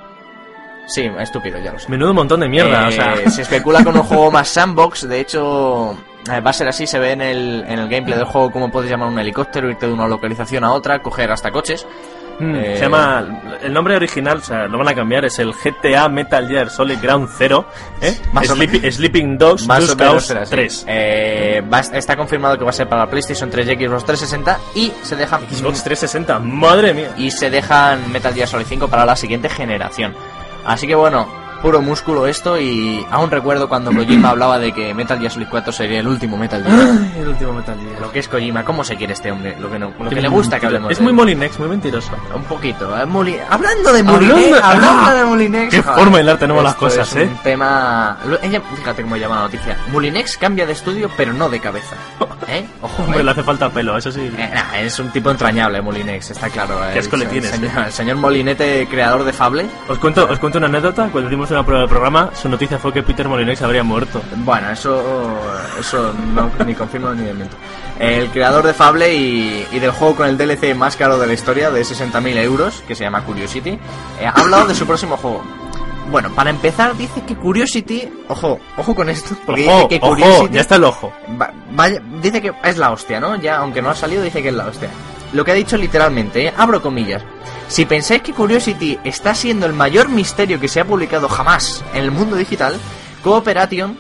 Sí, estúpido, ya lo sé. Menudo montón de mierda, o sea. Se especula con un juego más sandbox, de hecho va a ser así, se ve en el gameplay del juego cómo puedes llamar un helicóptero, irte de una localización a otra, coger hasta coches. Se llama, el nombre original, o sea, lo van a cambiar, es el GTA Metal Gear Solid Ground Zero, Sleeping Dogs Just Cause 3. Está confirmado que va a ser para PlayStation 3 y Xbox 360 y se deja Xbox 360, madre mía. Y se dejan Metal Gear Solid 5 para la siguiente generación. Así que bueno, puro músculo esto, y aún recuerdo cuando Kojima hablaba de que Metal Gear Solid 4 sería el último Metal Gear. El último Metal Gear. Lo que es Kojima, ¿cómo se quiere este hombre? Lo que le gusta que hablemos. Es muy Molinex, muy mentiroso. Un poquito. Hablando de Molinex. Qué forma de hilar tenemos las cosas, es un tema. Fíjate cómo llama la noticia. Molinex cambia de estudio, pero no de cabeza. Ojo, hombre, le hace falta pelo, eso sí. Es un tipo entrañable, Molinex, está claro. ¿Qué asco le tienes? El señor Molinete, creador de Fable. Os cuento una anécdota. Cuando hicimos una prueba del programa, su noticia fue que Peter Molinex habría muerto. Bueno, eso no, ni confirmo ni desmiento. El creador de Fable y del juego con el DLC más caro de la historia, de 60.000 euros, que se llama Curiosity, ha hablado de su próximo juego. Bueno, para empezar dice que Curiosity, ojo con esto, porque dice que Curiosity, ya está el ojo. Dice que es la hostia, ¿no? Ya, aunque no ha salido, dice que es la hostia. Lo que ha dicho literalmente, abro comillas. Si pensáis que Curiosity está siendo el mayor misterio que se ha publicado jamás en el mundo digital, Cooperation,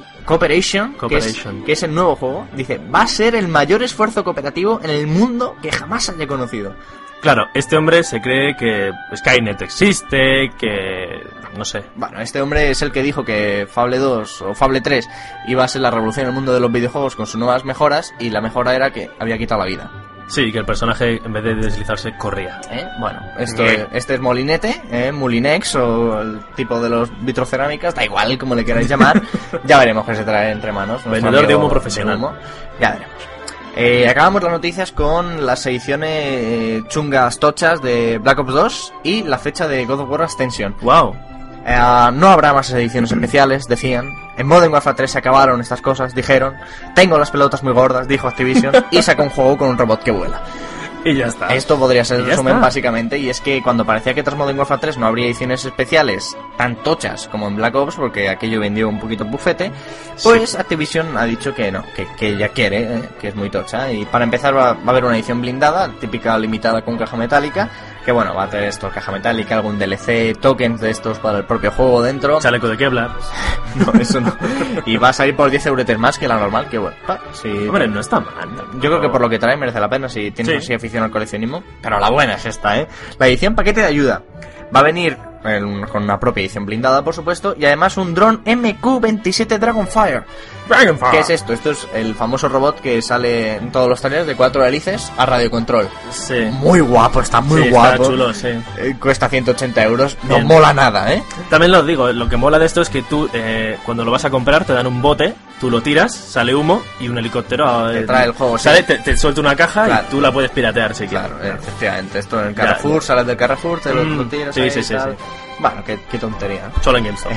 que es el nuevo juego, dice, va a ser el mayor esfuerzo cooperativo en el mundo que jamás haya conocido. Claro, este hombre se cree que Skynet existe, que... no sé. Bueno, este hombre es el que dijo que Fable 2 o Fable 3 iba a ser la revolución en el mundo de los videojuegos con sus nuevas mejoras, y la mejora era que había quitado la vida. Sí, que el personaje, en vez de deslizarse, corría. Bueno, este es Molinete, Molinex, o el tipo de los vitrocerámicas, da igual como le queráis llamar. Ya veremos qué se trae entre manos. Vendedor de humo profesional. Ya veremos. Acabamos las noticias con las ediciones chungas tochas de Black Ops 2 y la fecha de God of War Ascension. ¡Wow! No habrá más ediciones especiales, decían. En Modern Warfare 3 se acabaron estas cosas, dijeron. Tengo las pelotas muy gordas, dijo Activision, y sacó un juego con un robot que vuela. Y ya está. Esto podría ser el resumen básicamente, y es que cuando parecía que tras Modern Warfare 3 no habría ediciones especiales tan tochas como en Black Ops, porque aquello vendió un poquito bufete, pues sí. Activision ha dicho que no, que ya quiere, que es muy tocha, y para empezar va a haber una edición blindada, típica limitada con caja metálica, que bueno, va a tener esto, caja metálica, algún DLC, tokens de estos para el propio juego dentro. Chaleco de Kevlar. No, eso no. Y va a salir por 10 euros más que la normal, que bueno. Sí, hombre, no está mal. Yo creo que por lo que trae merece la pena si tienes así afición al coleccionismo. Pero la buena es esta, La edición paquete de ayuda. Va a venir con una propia edición blindada, por supuesto, y además un dron MQ-27 Dragonfire. ¿Qué es esto? Esto es el famoso robot que sale en todos los trailers de 4 hélices a radiocontrol. Sí. Muy guapo, está muy guapo. Está chulo, sí. Cuesta 180 euros. No Bien. Mola nada, También lo digo, lo que mola de esto es que tú, cuando lo vas a comprar, te dan un bote, tú lo tiras, sale humo y un helicóptero te trae el juego. Sale, te suelta una caja, claro. Y tú la puedes piratear si quieres. Claro, efectivamente. Esto en el Carrefour, sales del Carrefour, te lo tiras. Sí. Bueno, qué tontería. Solo en GameStop.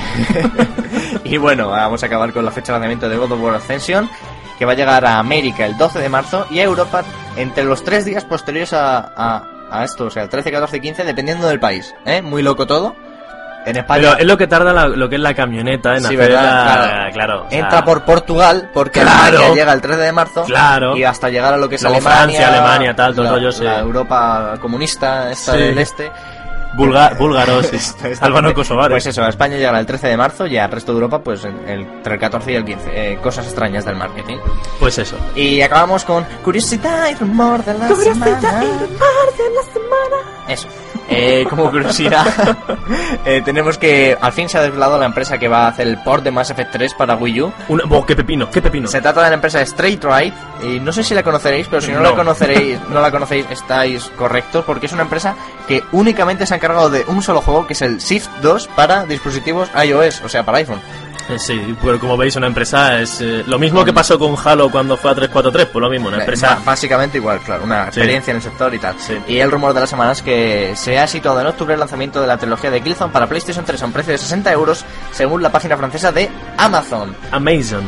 Y bueno, vamos a acabar con la fecha de lanzamiento de God of War Ascension, que va a llegar a América el 12 de marzo y a Europa entre los 3 días posteriores a esto, o sea, el 13, 14, 15, dependiendo del país. Muy loco todo. En España. Pero es lo que tarda lo que es la camioneta en hacer claro. O sea, entra por Portugal, porque Alemania llega el 13 de marzo. Claro. Y hasta llegar a lo que es luego Alemania, Francia, Alemania, tal, todo rollo, la Europa comunista, esta del este. búlgaros y albano-kosovares. Pues eso, a España llegará el 13 de marzo y al resto de Europa pues entre el 14 y el 15. Cosas extrañas del marketing. Pues eso. Y acabamos con curiosidad y rumor de la semana. Eso. Como curiosidad, tenemos que al fin se ha desvelado la empresa que va a hacer el port de Mass Effect 3 para Wii U. ¡Qué pepino! Se trata de la empresa Straight Ride y no sé si la conoceréis, pero si no la conocéis estáis correctos, porque es una empresa que únicamente se ha encargado de un solo juego, que es el Shift 2 para dispositivos iOS, o sea, para iPhone. Sí, pero como veis, una empresa es lo mismo que pasó con Halo cuando fue a 343, pues lo mismo, una empresa... Básicamente igual, claro, una experiencia en el sector y tal. Sí. Y el rumor de la semana es que se ha situado en octubre el lanzamiento de la trilogía de Killzone para PlayStation 3 a un precio de 60 euros, según la página francesa de Amazon. Amazing.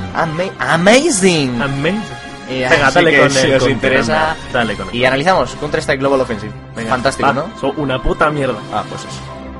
Y venga, así dale que con si el os interesa... Dale con él. Y analizamos Counter-Strike Global Offensive. Venga, fantástico, ¿no? Son una puta mierda. Pues eso.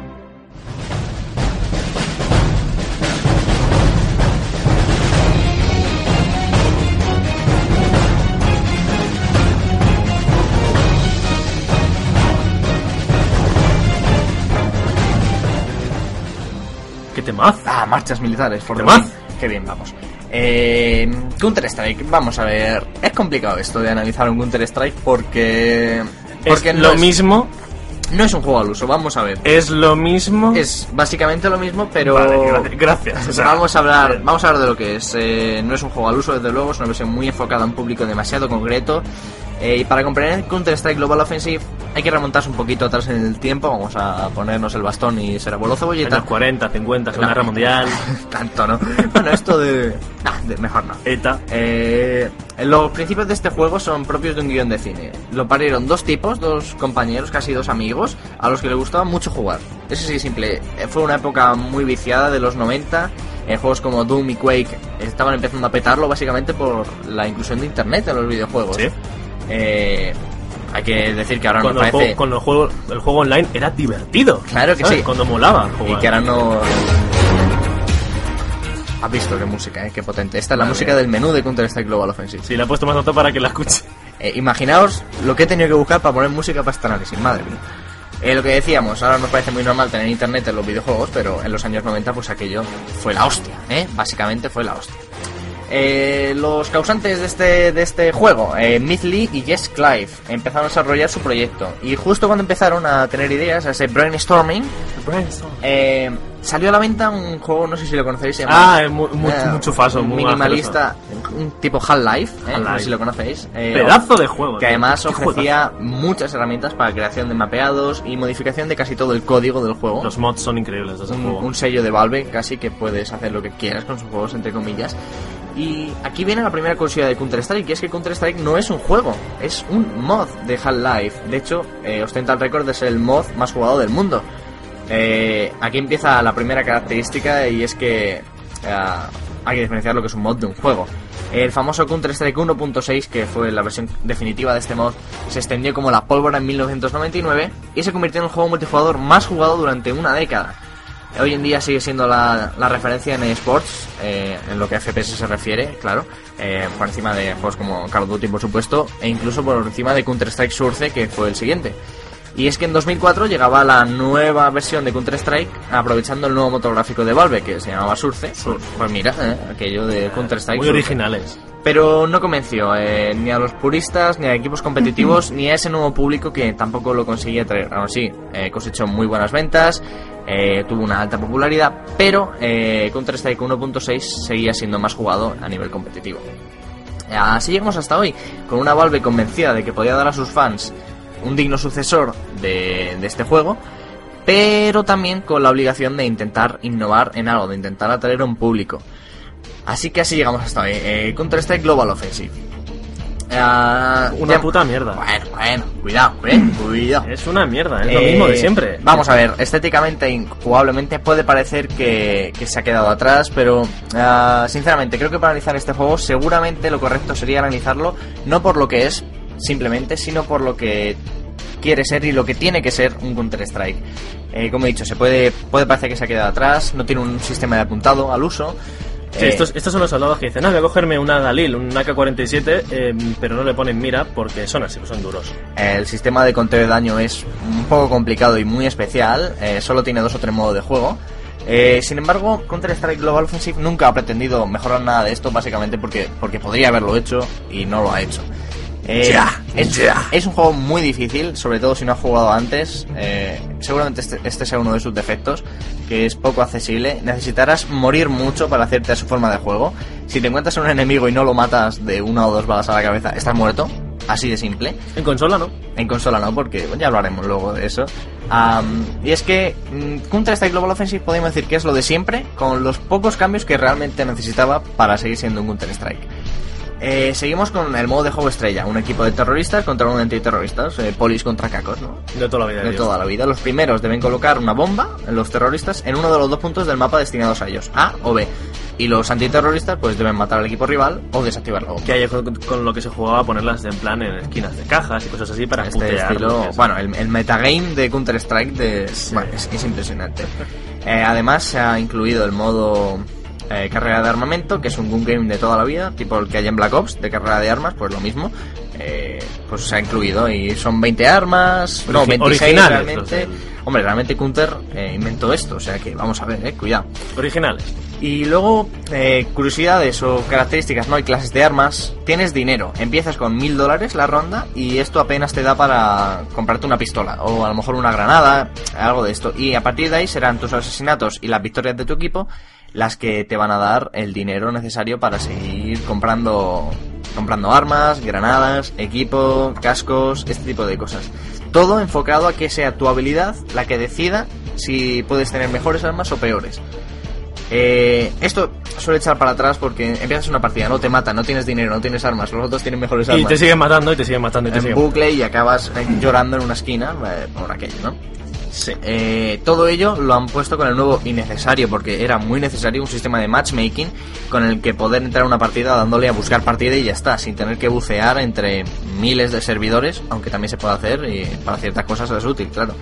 ¿Qué temazo? Marchas militares, por ¿Temazo? Qué bien, vamos. Counter-Strike, vamos a ver. Es complicado esto de analizar un Counter-Strike porque es lo mismo. No es un juego al uso, vamos a ver. Es lo mismo. Es básicamente lo mismo, pero... Vale, gracias. O sea, vamos a hablar de lo que es. No es un juego al uso, desde luego, es una versión muy enfocada a un público demasiado concreto. Y para comprender Counter-Strike Global Offensive hay que remontarse un poquito atrás en el tiempo. Vamos a ponernos el bastón y ser abuelo cebolleta. Años 40, 50, Segunda Guerra Mundial. Tanto, ¿no? Bueno, esto de mejor no. ETA. Los principios de este juego son propios de un guión de cine. Lo parieron dos compañeros, casi dos amigos, a los que les gustaba mucho jugar. Eso sí, simple. Fue una época muy viciada de los 90. Juegos como Doom y Quake estaban empezando a petarlo básicamente por la inclusión de internet en los videojuegos. Sí. Hay que decir que ahora cuando no parece... el juego online era divertido. Claro que ¿sabes? sí. Cuando molaba jugar. Y que ahora no... ¿Has visto qué música, qué potente? Esta es la música del menú de Counter-Strike Global Offensive. Sí, la he puesto más alto para que la escuche. Imaginaos lo que he tenido que buscar para poner música para este análisis, madre mía. Lo que decíamos, ahora nos parece muy normal tener internet en los videojuegos, pero en los años 90 pues aquello fue la hostia, básicamente fue la hostia. Los causantes de este juego, Myth Lee y Jess Clive, empezaron a desarrollar su proyecto. Y justo cuando empezaron a tener ideas, a ese brainstorming, salió a la venta un juego, no sé si lo conocéis, se llama, es muy chufazo, muy minimalista, un tipo Half-Life, no sé si lo conocéis. Pedazo de juego. Que además ofrecía muchas herramientas para creación de mapeados y modificación de casi todo el código del juego. Los mods son increíbles de ese juego. Un sello de Valve, casi que puedes hacer lo que quieras con sus juegos, entre comillas. Y aquí viene la primera curiosidad de Counter-Strike, y es que Counter-Strike no es un juego, es un mod de Half-Life. De hecho, ostenta el récord de ser el mod más jugado del mundo. Aquí empieza la primera característica, y es que hay que diferenciar lo que es un mod de un juego. El famoso Counter-Strike 1.6, que fue la versión definitiva de este mod, se extendió como la pólvora en 1999 y se convirtió en el juego multijugador más jugado durante una década. Hoy en día sigue siendo la referencia en eSports, en lo que a FPS se refiere, claro, por encima de juegos como Call of Duty, por supuesto, e incluso por encima de Counter-Strike Source, que fue el siguiente. Y es que en 2004 llegaba la nueva versión de Counter-Strike, aprovechando el nuevo motor gráfico de Valve, que se llamaba Source. Pues mira, aquello de Counter-Strike. Muy originales. Pero no convenció ni a los puristas, ni a equipos competitivos, ni a ese nuevo público que tampoco lo conseguía traer. Aún así, cosechó muy buenas ventas, tuvo una alta popularidad, pero Counter-Strike 1.6 seguía siendo más jugado a nivel competitivo. Así llegamos hasta hoy, con una Valve convencida de que podía dar a sus fans un digno sucesor de este juego, pero también con la obligación de intentar innovar en algo, de intentar atraer a un público. Así que así llegamos hasta hoy. Counter-Strike Global Offensive. Una puta mierda. Bueno, cuidado. Es una mierda, es lo mismo de siempre. Vamos a ver, estéticamente, injugablemente puede parecer que se ha quedado atrás, pero sinceramente creo que para analizar este juego seguramente lo correcto sería analizarlo no por lo que es simplemente, sino por lo que quiere ser y lo que tiene que ser un Counter-Strike. Como he dicho, puede parecer que se ha quedado atrás, no tiene un sistema de apuntado al uso. Sí, estos son los soldados que dicen, voy a cogerme una Galil, un AK-47, pero no le ponen mira porque son así, son duros. El sistema de conteo de daño es un poco complicado y muy especial, solo tiene 2 o 3 modos de juego. Sin embargo, Counter-Strike Global Offensive nunca ha pretendido mejorar nada de esto, básicamente porque podría haberlo hecho y no lo ha hecho. Es un juego muy difícil, sobre todo si no has jugado antes. Seguramente este sea uno de sus defectos, que es poco accesible. Necesitarás morir mucho para hacerte a su forma de juego. Si te encuentras a un enemigo y no lo matas de 1 o 2 balas a la cabeza, estás muerto. Así de simple. En consola no. En consola no, porque ya hablaremos luego de eso. Y es que Counter-Strike Global Offensive podemos decir que es lo de siempre, con los pocos cambios que realmente necesitaba para seguir siendo un Counter-Strike. Seguimos con el modo de juego estrella, un equipo de terroristas contra un antiterroristas, polis contra cacos, ¿no? De toda la vida. De toda la vida. Los primeros deben colocar una bomba, los terroristas, en uno de los 2 puntos del mapa destinados a ellos, A o B. Y los antiterroristas pues deben matar al equipo rival o desactivar la bomba. Que haya con lo que se jugaba a ponerlas en plan en esquinas de cajas y cosas así para putear. Estilo, bueno, el metagame de Counter-Strike bueno, es impresionante. Además se ha incluido el modo carrera de armamento, que es un gun game de toda la vida, tipo el que hay en Black Ops, de carrera de armas, pues lo mismo. Pues se ha incluido y son 20 armas, no, 26 realmente. Hombre, realmente Counter inventó esto, o sea que vamos a ver, cuidado. Originales. Y luego, curiosidades o características, no hay clases de armas, tienes dinero, empiezas con $1000 la ronda y esto apenas te da para comprarte una pistola o a lo mejor una granada, algo de esto. Y a partir de ahí serán tus asesinatos y las victorias de tu equipo las que te van a dar el dinero necesario para seguir comprando armas, granadas, equipo, cascos, este tipo de cosas. Todo enfocado a que sea tu habilidad la que decida si puedes tener mejores armas o peores. Esto suele echar para atrás porque empiezas una partida, no te matan, no tienes dinero, no tienes armas, los otros tienen mejores armas. Y te siguen matando y te siguen matando y te siguen en bucle y acabas llorando en una esquina por aquello, ¿no? Sí. Todo ello lo han puesto con el nuevo innecesario, porque era muy necesario, un sistema de matchmaking con el que poder entrar a una partida dándole a buscar partida y ya está, sin tener que bucear entre miles de servidores, aunque también se puede hacer y para ciertas cosas es útil, claro.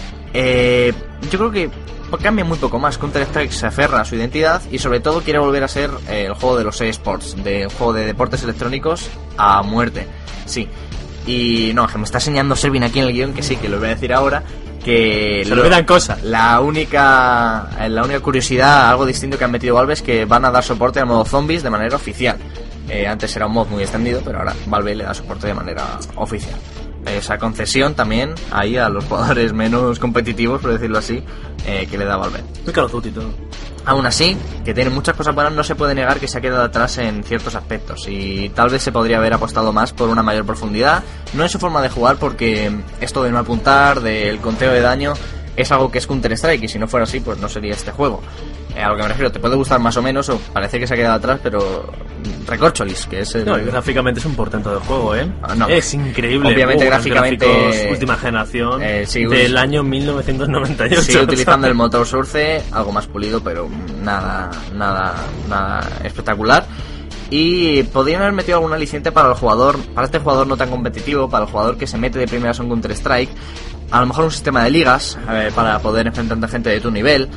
Yo creo que cambia muy poco más. Counter-Strike se aferra a su identidad y sobre todo quiere volver a ser el juego de los eSports, el juego de deportes electrónicos a muerte. Sí. Y no, que me está enseñando Servin aquí en el guión, que sí, que lo voy a decir ahora, que se olvidan cosas. La única curiosidad, algo distinto que han metido Valve es que van a dar soporte al modo zombies de manera oficial. Antes era un mod muy extendido, pero ahora Valve le da soporte de manera oficial. Esa concesión también ahí a los jugadores menos competitivos, por decirlo así, que le da Valve. Muy Call of Duty todo. Aún así, que tiene muchas cosas buenas, no se puede negar que se ha quedado atrás en ciertos aspectos y tal vez se podría haber apostado más por una mayor profundidad, no en su forma de jugar, porque esto de no apuntar, del conteo de daño, es algo que es Counter-Strike y si no fuera así, pues no sería este juego. A lo que me refiero, te puede gustar más o menos o parece que se ha quedado atrás, pero Recorcholis, que es el... No, gráficamente es un portento de juego, no, es increíble. Obviamente gráficamente última generación sí, del año 1998. Sigue utilizando el motor Source, algo más pulido, pero nada espectacular. Y podrían haber metido algún aliciente para el jugador, para este jugador no tan competitivo, para el jugador que se mete de primeras en Counter-Strike, a lo mejor un sistema de ligas para poder enfrentarte a gente de tu nivel,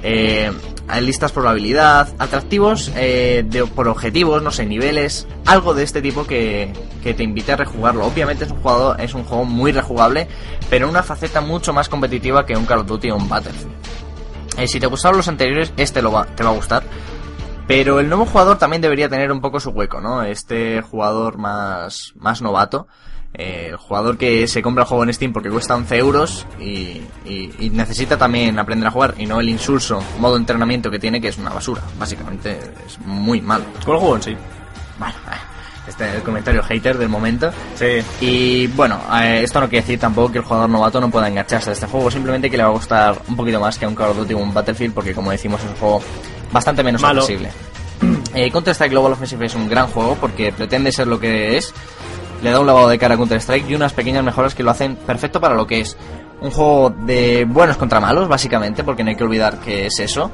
listas por habilidad, atractivos por objetivos, no sé, niveles, algo de este tipo que te invite a rejugarlo. Obviamente es un juego muy rejugable, pero en una faceta mucho más competitiva que un Call of Duty o un Battlefield. Si te gustaron los anteriores, te va a gustar. Pero el nuevo jugador también debería tener un poco su hueco, ¿no? Este jugador más novato, el jugador que se compra el juego en Steam porque cuesta 11 euros y necesita también aprender a jugar, y no el insulso modo entrenamiento que tiene, que es una basura. Básicamente es muy malo. Con el juego en sí. Bueno, este es el comentario hater del momento. Sí. Y bueno, esto no quiere decir tampoco que el jugador novato no pueda engancharse a este juego, simplemente que le va a gustar un poquito más que a un Call of Duty o un Battlefield, porque como decimos es un juego bastante menos accesible. Counter-Strike Global Offensive es un gran juego porque pretende ser lo que es, le da un lavado de cara a Counter-Strike y unas pequeñas mejoras que lo hacen perfecto para lo que es. Un juego de buenos contra malos, básicamente, porque no hay que olvidar que es eso.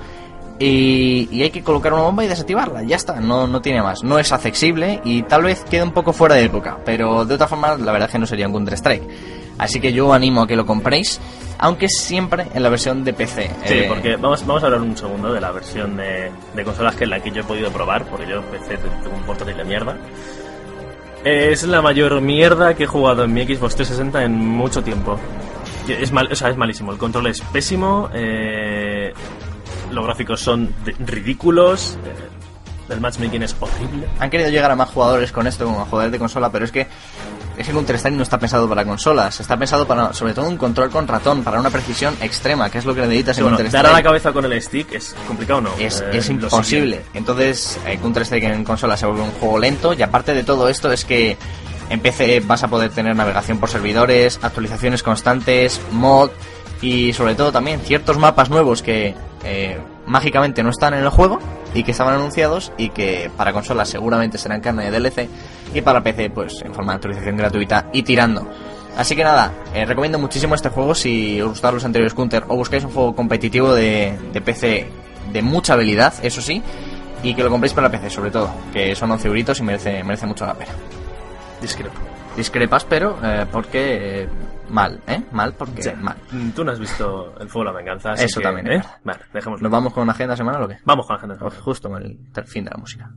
Y hay que colocar una bomba y desactivarla, ya está, no tiene más. No es accesible y tal vez quede un poco fuera de época, pero de otra forma la verdad es que no sería un Counter-Strike. Así que yo animo a que lo compréis. aunque siempre en la versión de PC. Sí, porque vamos a hablar un segundo de la versión de consolas, que es la que yo he podido probar, porque yo PC tengo un portátil de mierda. Es la mayor mierda que he jugado en mi Xbox 360 en mucho tiempo. Es malísimo, el control es pésimo, los gráficos son ridículos, el matchmaking es horrible. Han querido llegar a más jugadores con esto, como a jugadores de consola, pero es que Counter-Strike no está pensado para consolas, está pensado para, sobre todo, un control con ratón, para una precisión extrema, que es lo que necesitas en Counter-Strike. Dar a la cabeza con el stick es complicado, ¿no? Es imposible. Entonces, Counter-Strike en consola se vuelve un juego lento, y aparte de todo esto es que en PC vas a poder tener navegación por servidores, actualizaciones constantes, mod, y sobre todo también ciertos mapas nuevos que mágicamente no están en el juego y que estaban anunciados y que para consolas seguramente serán carne de DLC, y para PC pues en forma de actualización gratuita y tirando. Así que nada, recomiendo muchísimo este juego si os gustaron los anteriores Counter o buscáis un juego competitivo de PC de mucha habilidad, eso sí, y que lo compréis para PC sobre todo, que son 11 euritos y merece mucho la pena. Discrepas, pero porque mal, mal porque sí. Mal. Tú no has visto El Fuego de la Venganza, así eso que, también, Vale, dejémoslo. ¿Nos vamos con una agenda semanal o qué? Vamos con la agenda semanal. Justo con el fin de la música.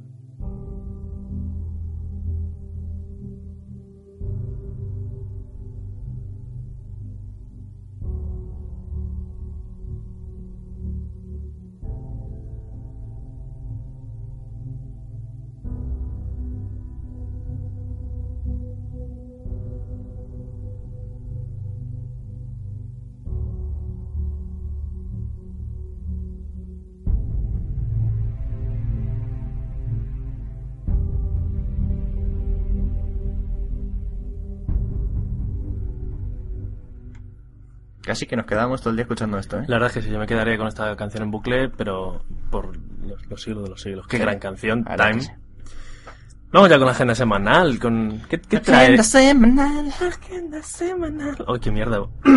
Casi que nos quedamos todo el día escuchando esto, La verdad es que sí, yo me quedaría con esta canción en bucle, pero por los siglos de los siglos. Qué gran canción, Time. Sí. Vamos ya con la agenda semanal, ¿Qué trae? Agenda semanal. ¡Ay, qué mierda!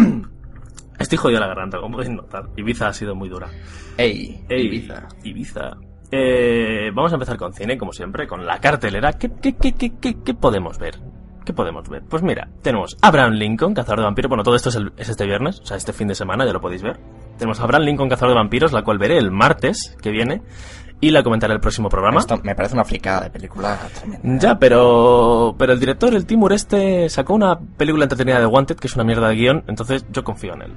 Estoy jodido la garganta, como podéis notar. Ibiza ha sido muy dura. ¡Ey! Ibiza. Vamos a empezar con cine, como siempre, con la cartelera. ¿Qué podemos ver? ¿Qué podemos ver? Pues mira, tenemos Abraham Lincoln, Cazador de Vampiros. Bueno, todo esto es este viernes, o sea, este fin de semana, ya lo podéis ver. Tenemos Abraham Lincoln, Cazador de Vampiros, la cual veré el martes que viene y la comentaré el próximo programa. Esto me parece una fricada de película tremenda. Ya, pero el director, el Timur sacó una película entretenida de Wanted, que es una mierda de guión, entonces yo confío en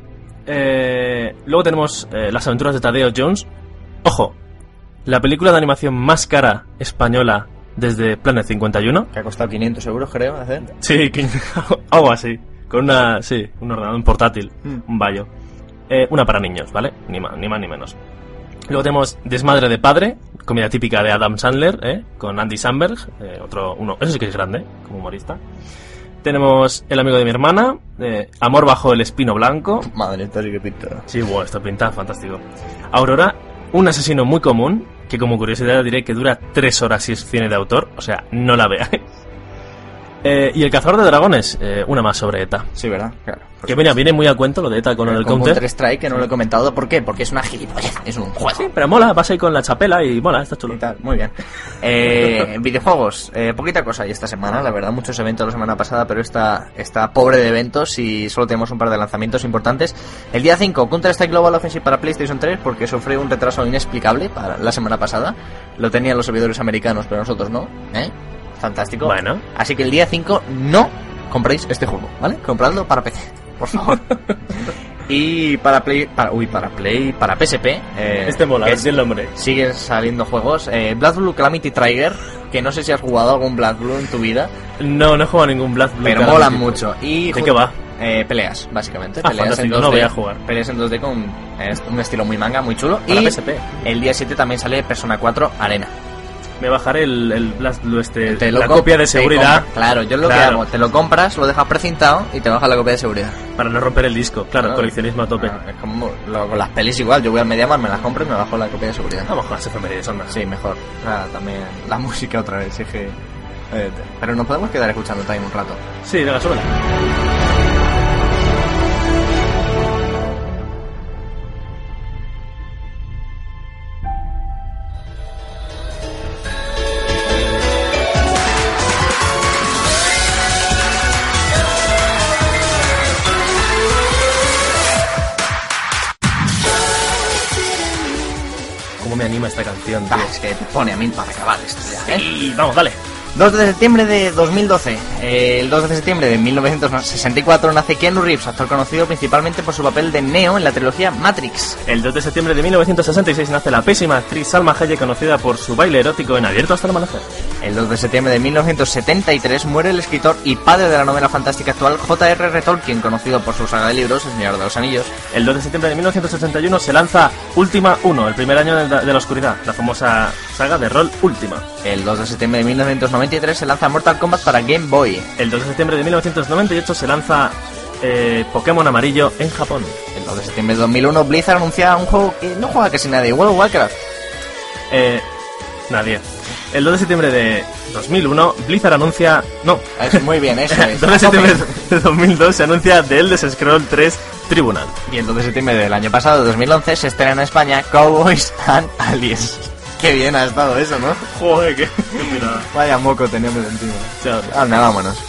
él. Luego tenemos Las aventuras de Tadeo Jones. Ojo, la película de animación más cara española desde Planet 51. Que ha costado 500 euros, creo, hacer. Sí, algo así. Con un ordenador portátil, un Bayo. Una para niños, ¿vale? Ni más ni menos. Luego tenemos Desmadre de Padre, comida típica de Adam Sandler, con Andy Samberg, eso sí que es grande, como humorista. Tenemos El amigo de mi hermana, Amor bajo el espino blanco. Madre, esto sí que pinta. Sí, bueno, esto pinta fantástico. Aurora, un asesino muy común, que como curiosidad diré que dura 3 horas y es cine de autor, o sea, no la veáis. Y El cazador de dragones, una más sobre ETA. Sí, ¿verdad? Claro. Que viene muy a cuento lo de ETA con el Counter. Counter-Strike, que no lo he comentado. ¿Por qué? Porque es una gilipollez, es un juego. Sí, pero mola, vas ahí con la chapela y mola, está chulo. Y tal, muy bien. Videojuegos, poquita cosa hay esta semana, la verdad, muchos eventos la semana pasada, pero está pobre de eventos y solo tenemos un par de lanzamientos importantes. El día 5, Counter-Strike Global Offensive para PlayStation 3, porque sufrió un retraso inexplicable para la semana pasada. Lo tenían los servidores americanos, pero nosotros no, Fantástico. Bueno. Así que el día 5 no compréis este juego, ¿vale? Compradlo para PC, por favor. Y para PSP. Este mola, es el nombre. Siguen saliendo juegos. BlazBlue Calamity Trigger, que no sé si has jugado algún BlazBlue en tu vida. No he jugado ningún BlazBlue. Pero molan mucho. Y ¿de qué va? Peleas, básicamente. Peleas en 2D. No voy a jugar. Peleas en 2D con un estilo muy manga, muy chulo. Para y PSP. El día 7 también sale Persona 4 Arena. Me bajaré el BlazBlue la copia de seguridad. Claro, yo lo que hago, te lo compras, lo dejas precintado y te bajas la copia de seguridad. Para no romper el disco, claro, coleccionismo a tope. Es como con las pelis igual, yo voy al MediaMarkt, me las compro y me bajo la copia de seguridad. Vamos con las efemérides, onda. Sí, mejor. También la música otra vez, es que... pero nos podemos quedar escuchando Time un rato. Sí, venga, súbela. cómo me anima esta canción, tío. Es que te pone a mí para acabar esto ya, ¿eh? Y vamos, dale. 2 de septiembre de 2012. El 2 de septiembre de 1964 nace Keanu Reeves, actor conocido principalmente por su papel de Neo en la trilogía Matrix. El 2 de septiembre de 1966 nace la pésima actriz Salma Hayek, conocida por su baile erótico en Abierto hasta el amanecer. El 2 de septiembre de 1973 muere el escritor y padre de la novela fantástica actual J.R.R. Tolkien, conocido por su saga de libros El Señor de los Anillos. El 2 de septiembre de 1981 se lanza Ultima 1, el primer año de la oscuridad, la famosa saga de rol Ultima. El 2 de septiembre de 1993 se lanza Mortal Kombat para Game Boy. El 2 de septiembre de 1998 se lanza Pokémon Amarillo en Japón. El 2 de septiembre de 2001 Blizzard anuncia un juego que no juega casi nadie, World of Warcraft. Nadie. El 2 de septiembre de 2001 Blizzard anuncia... No. Es muy bien, eso es. El 2 de septiembre de 2002 se anuncia The Elder Scrolls 3 Tribunal. Y el 2 de septiembre del año pasado, 2011, se estrena en España Cowboys and Aliens. Qué bien ha estado eso, ¿no? Joder, qué mirada. Vaya moco teníamos encima. Chao. Anda, vámonos.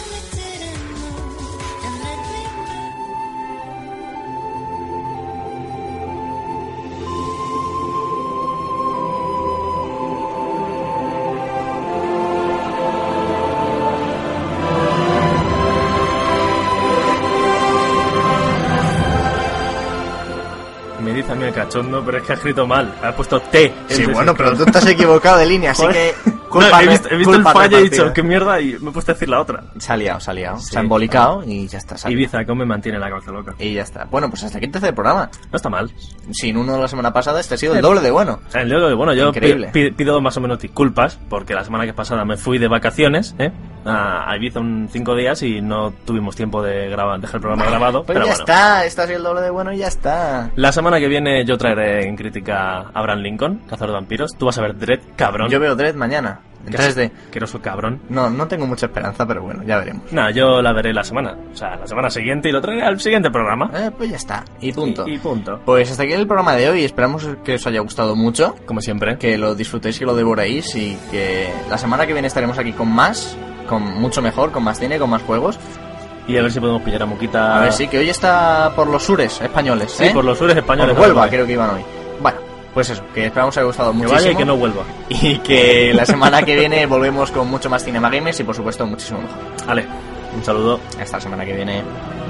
Me dice a mí el cachondo, pero es que ha escrito mal. Ha puesto T. Sí, bueno, pero tú estás equivocado de línea, así que... No, he visto el fallo y he dicho, qué mierda, y me he puesto a decir la otra. Se ha liado. Sí, se ha embolicado y ya está. Ibiza, ¿cómo me mantiene la cabeza loca? Y ya está. Bueno, pues hasta aquí el tercer programa. No está mal. Sin uno de la semana pasada, este ha sido el doble de bueno. O sea, el doble de bueno. Yo Increíble. pido más o menos disculpas, porque la semana que pasada me fui de vacaciones, a Ibiza 5 días y no tuvimos tiempo de dejar el programa grabado. Pero ya bueno. Está, este ha sido el doble de bueno y ya está. La semana que viene yo traeré en crítica a Abraham Lincoln, Cazador de Vampiros. Tú vas a ver Dredd, cabrón. Yo veo Dredd mañana. Entonces que no soy cabrón. No tengo mucha esperanza, pero bueno, ya veremos. Nah, yo la veré la semana. O sea, la semana siguiente y lo traeré al siguiente programa. Pues ya está. Y punto. Y punto. Pues hasta aquí el programa de hoy. Esperamos que os haya gustado mucho. Como siempre. Que lo disfrutéis, que lo devoréis. Y que la semana que viene estaremos aquí con más. Con mucho mejor, con más cine, con más juegos. Y a ver si podemos pillar a Muquita. A ver, sí, que hoy está por los sures españoles. Sí, por los sures españoles. Por Huelva, creo que iban hoy. Bueno, pues eso, que esperamos que os haya gustado muchísimo. Que vaya y que no vuelva. Y que la semana que viene volvemos con mucho más Cinema Gamers y por supuesto muchísimo mejor. Vale, un saludo. Hasta la semana que viene.